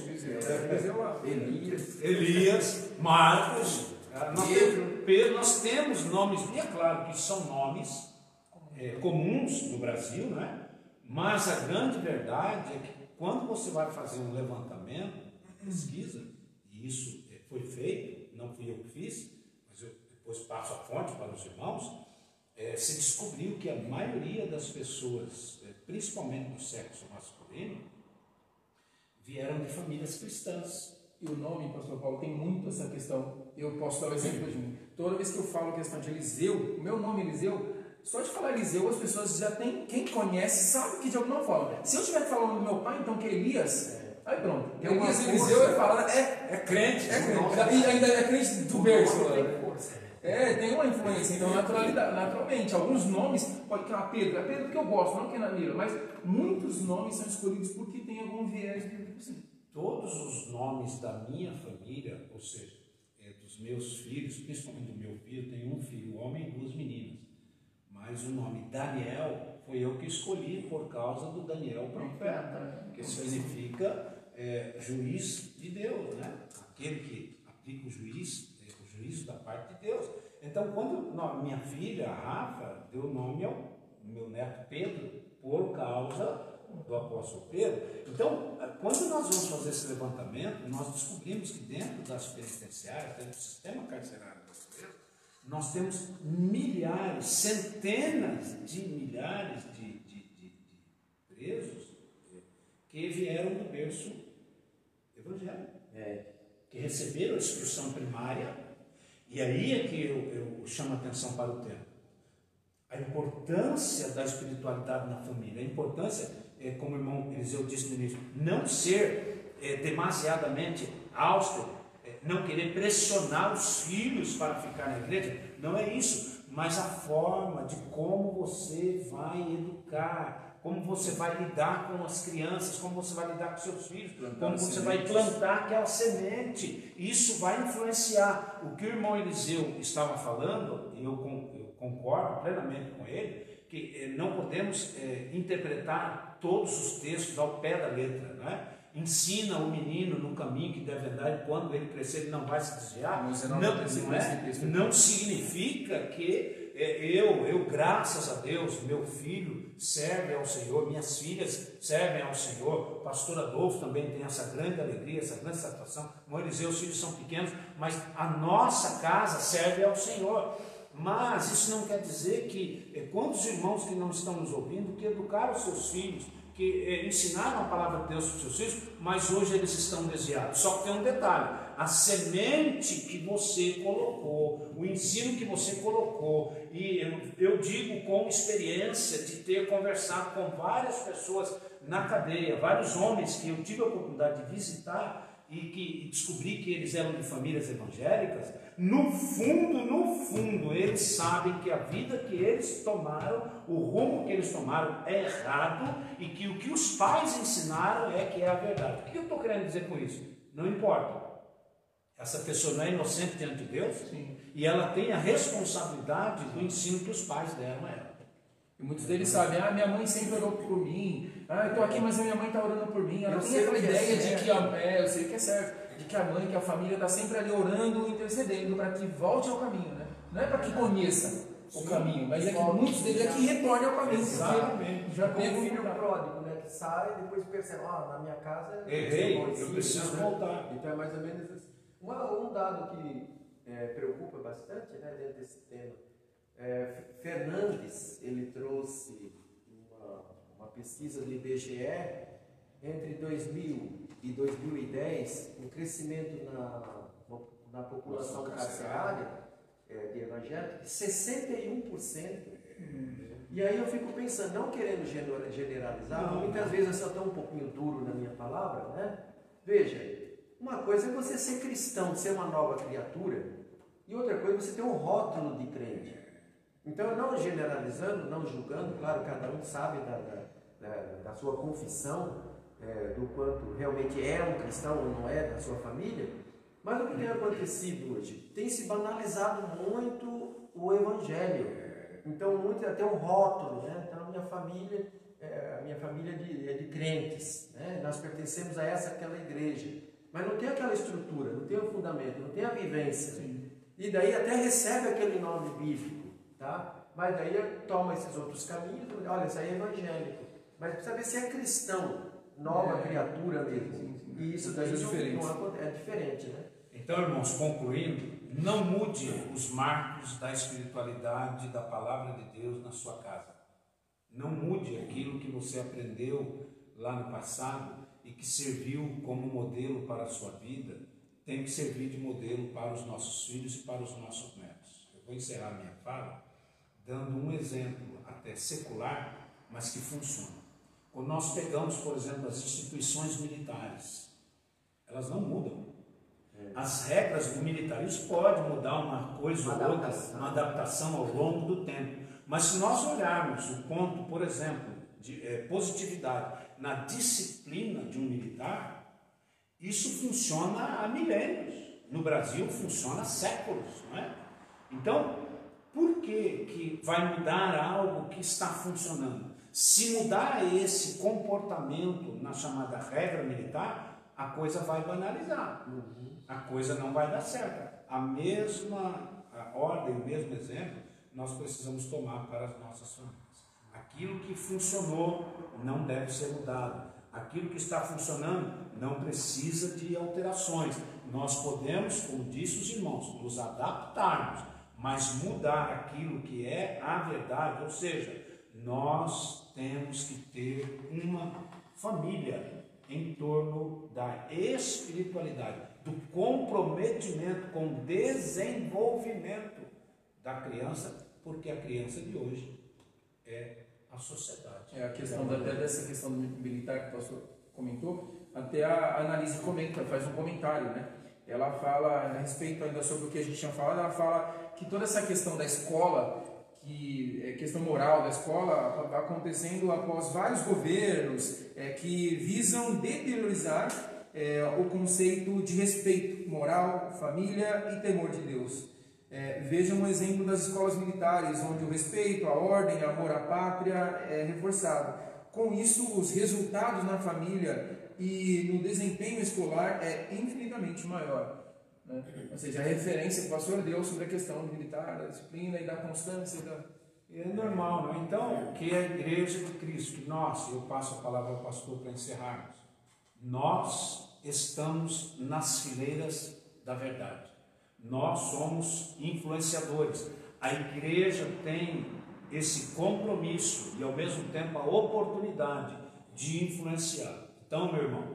Elias, Marcos, Pedro. Nós temos nomes, e é claro que são nomes comuns no Brasil, né? Mas a grande verdade é que quando você vai fazer um levantamento, pesquisa, e isso foi feito, não fui eu que fiz, mas eu depois passo a fonte para os irmãos, se descobriu que a maioria das pessoas, principalmente do sexo masculino, vieram de famílias cristãs. E o nome, pastor Paulo, tem muito essa questão. Eu posso dar o exemplo de mim. Toda vez que eu falo a questão de Eliseu, o meu nome Eliseu, só de falar Eliseu, as pessoas já têm, quem conhece sabe que de alguma forma. Se eu estiver falando do meu pai, então que é Elias, aí pronto. Tem Elias, Eliseu, eu falo, é crente. É crente. E ainda é crente do berço. Tem uma influência, então naturalmente, alguns nomes, pode ter uma Pedro, é Pedro porque eu gosto, não que é na mira, mas muitos nomes são escolhidos porque tem algum viés bíblico, sim. Todos os nomes da minha família, ou seja, dos meus filhos, principalmente do meu filho, tem um filho, homem e 2 meninas, mas o nome Daniel foi eu que escolhi por causa do Daniel profeta, que significa juiz de Deus, né? Aquele que aplica o juízo da parte de Deus. Então, quando minha filha, a Rafa, deu o nome ao meu neto Pedro, por causa do apóstolo Pedro. Então, quando nós vamos fazer esse levantamento, nós descobrimos que dentro das penitenciárias, dentro do sistema carcerário brasileiro, nós temos milhares, centenas de milhares de presos que vieram do berço evangélico, que receberam a instrução primária, e aí é que eu chamo a atenção para o tema. A importância da espiritualidade na família, a importância, como o irmão Eliseu disse no início, não ser demasiadamente austero, não querer pressionar os filhos para ficar na igreja, não é isso, mas a forma de como você vai educar, como você vai lidar com as crianças, como você vai lidar com seus filhos, como você vai plantar aquela semente. Isso vai influenciar. O que o irmão Eliseu estava falando, e eu concordo plenamente com ele, que não podemos interpretar todos os textos ao pé da letra, não é? Ensina o menino no caminho que deve andar e quando ele crescer ele não vai se desviar. Não significa que eu, graças a Deus, meu filho serve ao Senhor, minhas filhas servem ao Senhor, o pastor Adolfo também tem essa grande alegria, essa grande satisfação, o Eliseu, os filhos são pequenos, mas a nossa casa serve ao Senhor. Mas isso não quer dizer que quantos irmãos que não estão nos ouvindo, que educaram os seus filhos, que ensinaram a palavra de Deus para os seus filhos, mas hoje eles estão desviados. Só que tem um detalhe: a semente que você colocou, o ensino que você colocou, e eu digo com experiência de ter conversado com várias pessoas na cadeia, vários homens que eu tive a oportunidade de visitar e que descobri que eles eram de famílias evangélicas. No fundo, eles sabem que a vida que eles tomaram, o rumo que eles tomaram é errado e que o que os pais ensinaram é que é a verdade. O que eu estou querendo dizer com isso? Não importa. Essa pessoa não é inocente diante de Deus? Sim. E ela tem a responsabilidade do ensino que os pais deram a ela. E muitos deles sabem, minha mãe sempre orou por mim, eu estou aqui, mas a minha mãe está orando por mim. Ela tem aquela ideia de que eu sei que é certo, de que a mãe, que a família está sempre ali orando, intercedendo para que volte ao caminho, né? Não é para que conheça o caminho, mas é que muitos deles é que retornem ao caminho. Exatamente. Já tem o filho pródigo, né? Que sai e depois percebe, na minha casa eu preciso voltar. Então é mais ou menos assim. Um dado que preocupa bastante, né, dentro desse tema, Fernandes, ele trouxe uma pesquisa do IBGE entre 2000 e 2010, um crescimento na população carcerária de evangélicos de 61%. E aí eu fico pensando, não querendo generalizar, muitas vezes eu só estou um pouquinho duro na minha palavra, né? Veja, uma coisa é você ser cristão, ser uma nova criatura, e outra coisa é você ter um rótulo de crente. Então, não generalizando, não julgando, claro, cada um sabe da sua confissão, do quanto realmente é um cristão ou não é da sua família, mas o que tem acontecido hoje? Tem se banalizado muito o evangelho. Então, muito até um rótulo, né? Então, a minha família é de crentes, né? Nós pertencemos a aquela igreja, mas não tem aquela estrutura, não tem o fundamento, não tem a vivência. Sim. E daí até recebe aquele nome bíblico, tá? Mas daí toma esses outros caminhos, olha, isso aí é evangélico, mas precisa ver se é cristão, nova criatura mesmo. Sim. E isso daí não é diferente, né? Então, irmãos, concluindo, não mude os marcos da espiritualidade, da palavra de Deus na sua casa. Não mude aquilo que você aprendeu lá no passado e que serviu como modelo para a sua vida, tem que servir de modelo para os nossos filhos e para os nossos netos. Eu vou encerrar minha fala dando um exemplo até secular, mas que funciona. Quando nós pegamos, por exemplo, as instituições militares, elas não mudam. As regras do militarismo podem mudar uma coisa ou outra, uma adaptação ao longo do tempo. Mas se nós olharmos o ponto, por exemplo, de positividade na disciplina de um militar, isso funciona há milênios. No Brasil funciona há séculos, não é? Então, por que vai mudar algo que está funcionando? Se mudar esse comportamento na chamada regra militar, a coisa vai banalizar. A coisa não vai dar certo. A mesma ordem, o mesmo exemplo, nós precisamos tomar para as nossas famílias. Aquilo que funcionou não deve ser mudado. Aquilo que está funcionando não precisa de alterações. Nós podemos, como disse os irmãos, nos adaptarmos, mas mudar aquilo que é a verdade. Ou seja, nós temos que ter uma família em torno da espiritualidade, do comprometimento com o desenvolvimento da criança, porque a criança de hoje é a sociedade. A questão até dessa questão do militar que o pastor comentou, até a Analise comenta, faz um comentário, né? Ela fala a respeito ainda sobre o que a gente tinha falado, ela fala que toda essa questão da escola, que é questão moral da escola, está acontecendo após vários governos que visam deteriorizar o conceito de respeito moral, família e temor de Deus. Veja um exemplo das escolas militares, onde o respeito, a ordem, o amor à pátria é reforçado. Com isso, os resultados na família e no desempenho escolar é infinitamente maior, né? Ou seja, a referência que o pastor deu sobre a questão militar, da disciplina e da constância. É normal, não é? Então, que a igreja de Cristo, que nós, eu passo a palavra ao pastor para encerrarmos, nós estamos nas fileiras da verdade. Nós somos influenciadores. A igreja tem esse compromisso e, ao mesmo tempo, a oportunidade de influenciar. Então, meu irmão,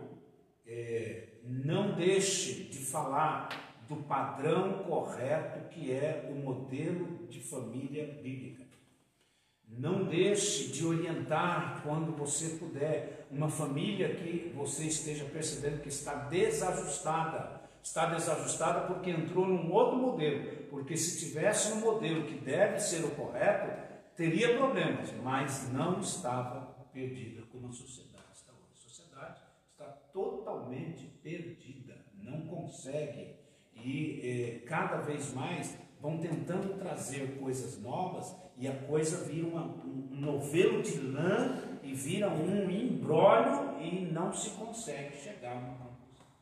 não deixe de falar do padrão correto que é o modelo de família bíblica. Não deixe de orientar, quando você puder, uma família que você esteja percebendo que está desajustada. Está desajustada porque entrou num outro modelo. Porque se tivesse um modelo que deve ser o correto, teria problemas, mas não estava perdida como a sociedade está hoje. A sociedade está totalmente perdida, não consegue. E cada vez mais vão tentando trazer coisas novas e a coisa vira um novelo de lã e vira um imbróglio e não se consegue chegar a uma conclusão.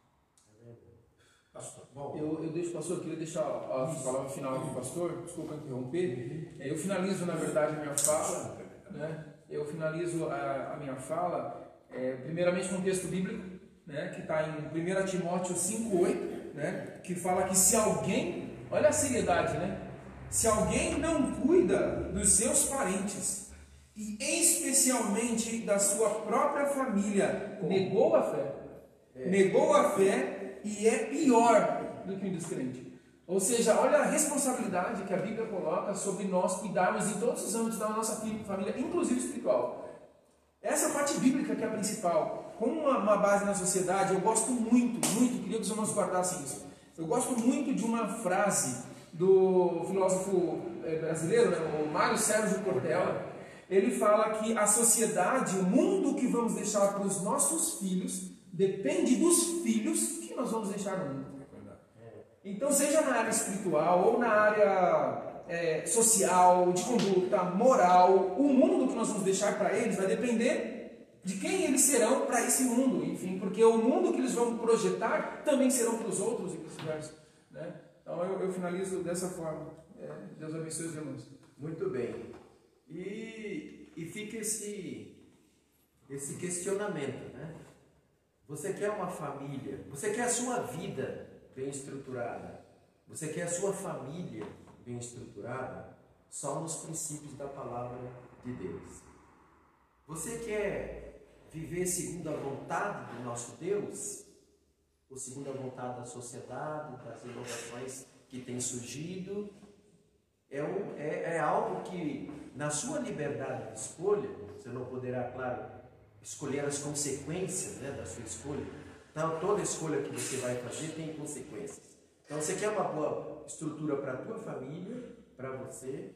Pastor, bom. Eu deixo, pastor, eu queria deixar a palavra final aqui, pastor, desculpa interromper. Eu finalizo, na verdade, a minha fala, né? Eu finalizo a minha fala, primeiramente com um texto bíblico, né, que está em 1 Timóteo 5,8, né, que fala que se alguém, olha a seriedade, né? Se alguém não cuida dos seus parentes, e especialmente da sua própria família, negou a fé e é pior do que um descrente. Ou seja, olha a responsabilidade que a Bíblia coloca sobre nós cuidarmos em todos os âmbitos da nossa família, inclusive espiritual. Essa parte bíblica que é a principal. Com uma base na sociedade, eu gosto muito, queria que os irmãos guardassem isso. Eu gosto muito de uma frase do filósofo brasileiro, né, o Mário Sérgio Cortella. Ele fala que a sociedade, o mundo que vamos deixar para os nossos filhos, depende dos filhos que nós vamos deixar no mundo. Então, seja na área espiritual ou na área social, de conduta, moral, o mundo que nós vamos deixar para eles vai depender de quem eles serão para esse mundo, enfim, porque o mundo que eles vão projetar também serão para os outros e vice-versa, né? Então, eu finalizo dessa forma. Deus abençoe os irmãos. Muito bem. E fica esse questionamento, né? Você quer uma família, você quer a sua vida bem estruturada, você quer a sua família bem estruturada só nos princípios da palavra de Deus. Você quer viver segundo a vontade do nosso Deus, ou segundo a vontade da sociedade, das inovações que têm surgido? É algo que, na sua liberdade de escolha, você não poderá, claro, escolher as consequências, né, da sua escolha. Então, toda escolha que você vai fazer tem consequências. Então, você quer uma boa estrutura para a tua família, para você,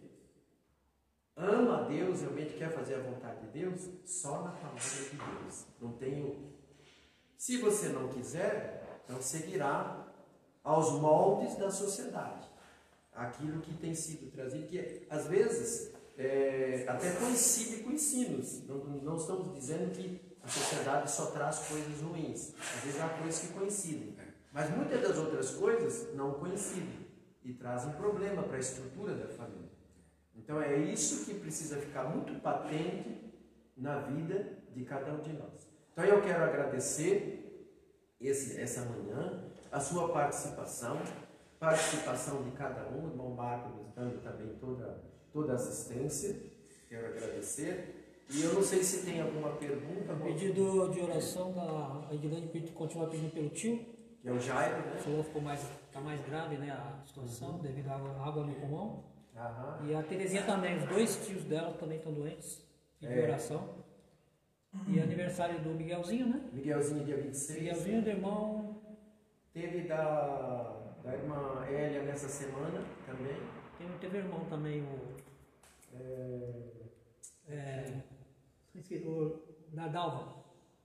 ama a Deus, realmente quer fazer a vontade de Deus, só na palavra de Deus. Não tem. Se você não quiser, então seguirá aos moldes da sociedade. Aquilo que tem sido trazido, que às vezes até coincide com ensinos. Não estamos dizendo que a sociedade só traz coisas ruins. Às vezes há coisas que coincidem. Mas muitas das outras coisas não coincidem e trazem problema para a estrutura da família. Então é isso que precisa ficar muito patente na vida de cada um de nós. Então eu quero agradecer essa manhã a sua participação de cada um, o irmão Marco nos dando também toda a assistência, quero agradecer. E eu não sei se tem alguma pergunta. Pedido de oração da Edilane, continuar pedindo pelo tio. Que é o Jairo, né? O senhor está mais grave, né, a situação, devido à água no pulmão. E a Terezinha também, os dois tios dela também estão doentes, de oração. E aniversário do Miguelzinho, né? Miguelzinho, dia 26. Miguelzinho, do irmão. Teve da irmã Hélia nessa semana também. Teve irmão também, o da Dalva.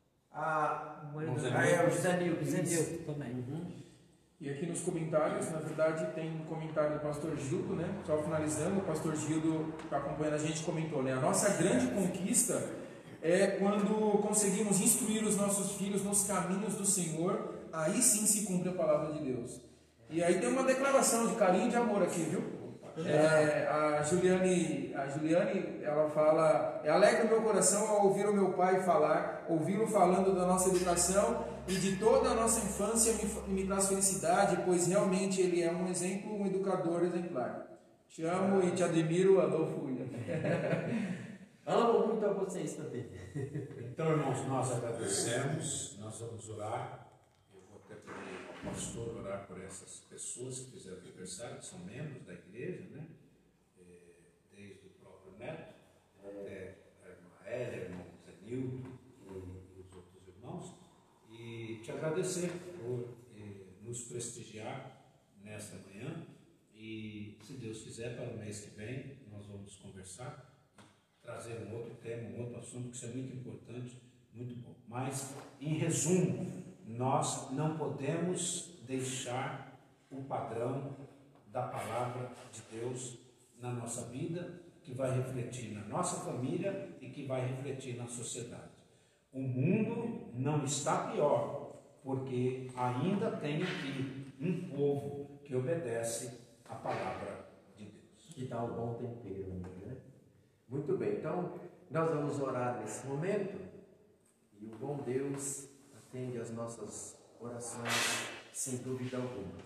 O Zenildo também. E aqui nos comentários, na verdade, tem um comentário do pastor Gildo, né? Só finalizando, o pastor Gildo, que está acompanhando a gente, comentou, né? A nossa grande conquista é quando conseguimos instruir os nossos filhos nos caminhos do Senhor, aí sim se cumpre a palavra de Deus. E aí tem uma declaração de carinho e de amor aqui, viu? A Juliane, ela fala: alegra o meu coração ao ouvir o meu pai falar, ouvi-lo falando da nossa educação e de toda a nossa infância me traz felicidade, pois realmente ele é um exemplo, um educador exemplar. Te amo e te admiro, Adolfo William. Amo muito a vocês também. Então, irmãos, nós agradecemos, nós vamos orar. Eu vou até pedir ao pastor orar por essas pessoas que fizeram aniversário, que são membros da igreja, né? Desde o próprio neto até a irmã Hélia, o irmão Zenildo e os outros irmãos. E te agradecer por nos prestigiar nesta manhã. E, se Deus quiser, para o mês que vem, nós vamos conversar, trazer um outro tema, um outro assunto, que isso é muito importante, muito bom. Mas, em resumo, nós não podemos deixar o padrão da palavra de Deus na nossa vida, que vai refletir na nossa família e que vai refletir na sociedade. O mundo não está pior, porque ainda tem aqui um povo que obedece à palavra de Deus. Que dá o bom tempero, né? Muito bem, então nós vamos orar nesse momento e o bom Deus atende as nossas orações sem dúvida alguma.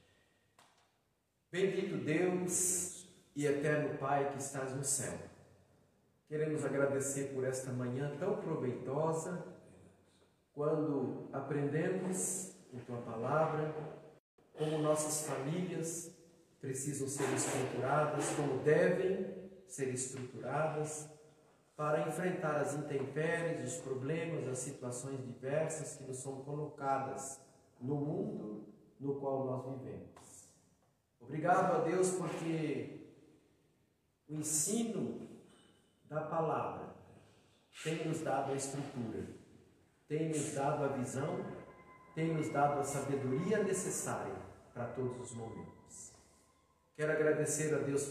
Bendito Deus e eterno Pai que estás no céu, queremos agradecer por esta manhã tão proveitosa, quando aprendemos em Tua Palavra como nossas famílias precisam ser estruturadas, como devem ser estruturadas para enfrentar as intempéries, os problemas, as situações diversas que nos são colocadas no mundo no qual nós vivemos. Obrigado a Deus porque o ensino da palavra tem nos dado a estrutura, tem nos dado a visão, tem nos dado a sabedoria necessária para todos os momentos. Quero agradecer a Deus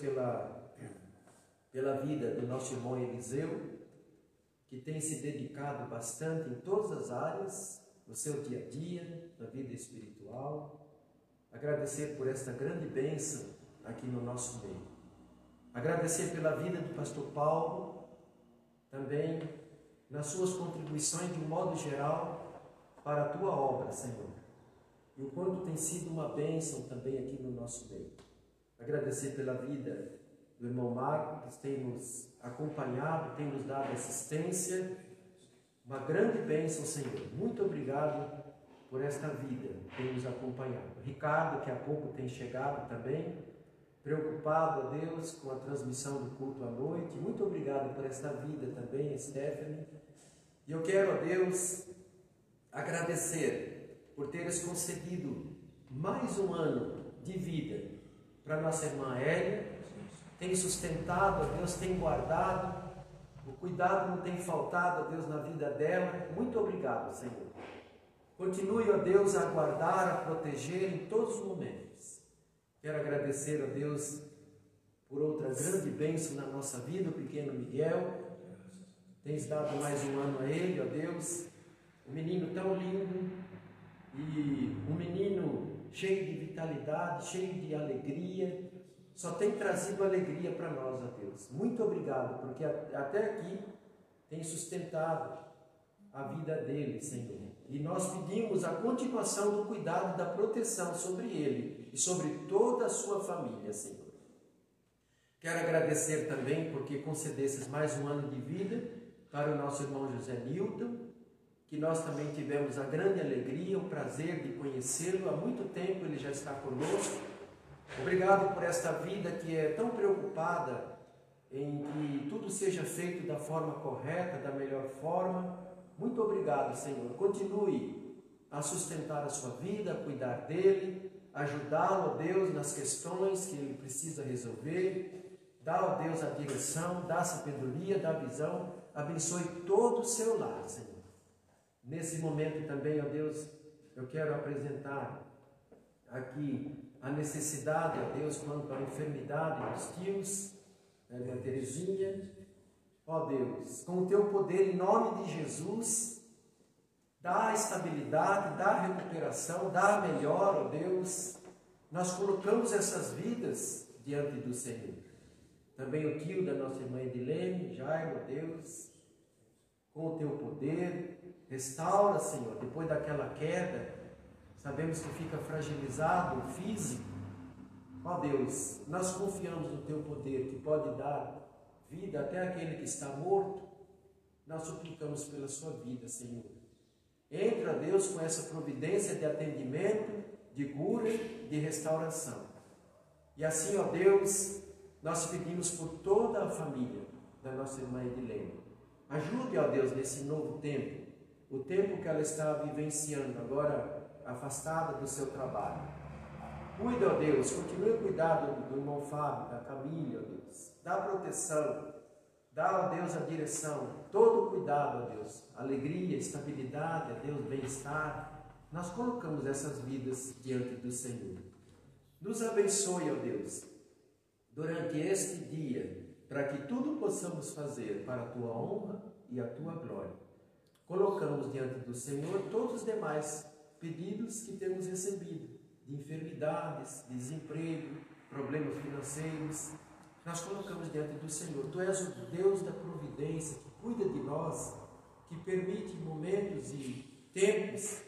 pela vida do nosso irmão Eliseu, que tem se dedicado bastante em todas as áreas, no seu dia a dia, na vida espiritual. Agradecer por esta grande bênção aqui no nosso meio. Agradecer pela vida do pastor Paulo, também nas suas contribuições de um modo geral para a Tua obra, Senhor. E o quanto tem sido uma bênção também aqui no nosso meio. Agradecer pela vida do irmão Marco, que tem nos acompanhado, tem nos dado assistência. Uma grande bênção, Senhor. Muito obrigado por esta vida que tem nos acompanhado. Ricardo, que há pouco tem chegado também, preocupado, a Deus, com a transmissão do culto à noite. Muito obrigado por esta vida também, Stephanie. E eu quero, a Deus, agradecer por teres concedido mais um ano de vida para nossa irmã Hélia. Tem sustentado, a Deus, tem guardado, o cuidado não tem faltado, a Deus, na vida dela. Muito obrigado, Senhor. Continue, ó Deus, a guardar, a proteger em todos os momentos. Quero agradecer a Deus por outra grande bênção na nossa vida, o pequeno Miguel. Tens dado mais um ano a ele, ó Deus, um menino tão lindo e um menino cheio de vitalidade, cheio de alegria, só tem trazido alegria para nós, ó Deus. Muito obrigado, porque até aqui tem sustentado a vida dele, Senhor. E nós pedimos a continuação do cuidado e da proteção sobre ele e sobre toda a sua família, Senhor. Quero agradecer também porque concedesses mais um ano de vida para o nosso irmão José Nilton, que nós também tivemos a grande alegria, o prazer de conhecê-lo. Há muito tempo ele já está conosco. Obrigado por esta vida que é tão preocupada em que tudo seja feito da forma correta, da melhor forma. Muito obrigado, Senhor. Continue a sustentar a sua vida, a cuidar dele, ajudá-lo, ó Deus, nas questões que ele precisa resolver. Dá, ó Deus, a direção, dá a sabedoria, dá a visão. Abençoe todo o seu lar, Senhor. Nesse momento também, ó Deus, eu quero apresentar aqui a necessidade, ó Deus, quanto à enfermidade dos tios, da irmã Terezinha. Ó Deus, com o teu poder, em nome de Jesus, dá a estabilidade, dá a recuperação, dá a melhor, ó Deus. Nós colocamos essas vidas diante do Senhor. Também o tio da nossa irmã Edilene, Jairo, ó Deus, com o teu poder, restaura, Senhor, depois daquela queda, sabemos que fica fragilizado o físico. Ó Deus, nós confiamos no teu poder que pode dar vida até aquele que está morto. Nós suplicamos pela sua vida, Senhor. Entra, Deus, com essa providência de atendimento, de cura, de restauração. E assim, ó Deus, nós pedimos por toda a família da nossa irmã Edilene. Ajude, ó Deus, nesse novo tempo, o tempo que ela está vivenciando, agora afastada do seu trabalho. Cuida, ó Deus, continue cuidando do irmão Fábio, da Camila, ó Deus. Dá proteção, dá, ó Deus, a direção, todo o cuidado, ó Deus. Alegria, estabilidade, ó Deus, bem-estar. Nós colocamos essas vidas diante do Senhor. Nos abençoe, ó Deus, durante este dia, para que tudo possamos fazer para a tua honra e a tua glória. Colocamos diante do Senhor todos os demais pedidos que temos recebido, de enfermidades, desemprego, problemas financeiros. Nós colocamos diante do Senhor. Tu és o Deus da providência, que cuida de nós, que permite momentos e tempos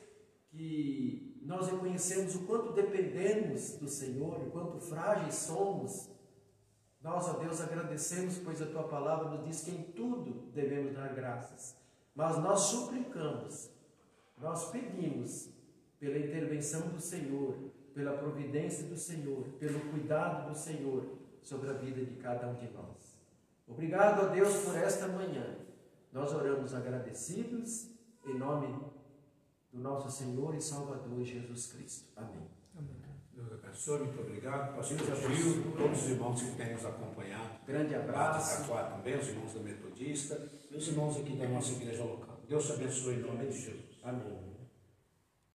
que nós reconhecemos o quanto dependemos do Senhor, o quanto frágeis somos. Nós, ó Deus, agradecemos, pois a tua palavra nos diz que em tudo devemos dar graças. Mas nós suplicamos, nós pedimos pela intervenção do Senhor, pela providência do Senhor, pelo cuidado do Senhor sobre a vida de cada um de nós. Obrigado, ó Deus, por esta manhã. Nós oramos agradecidos em nome do nosso Senhor e Salvador Jesus Cristo. Amém. Deus abençoe, muito obrigado. Pastor Gil, todos os irmãos que têm nos acompanhado. Grande abraço. Também, os irmãos da Metodista e os irmãos aqui da nossa igreja local. Deus te abençoe em nome de Jesus. Amém.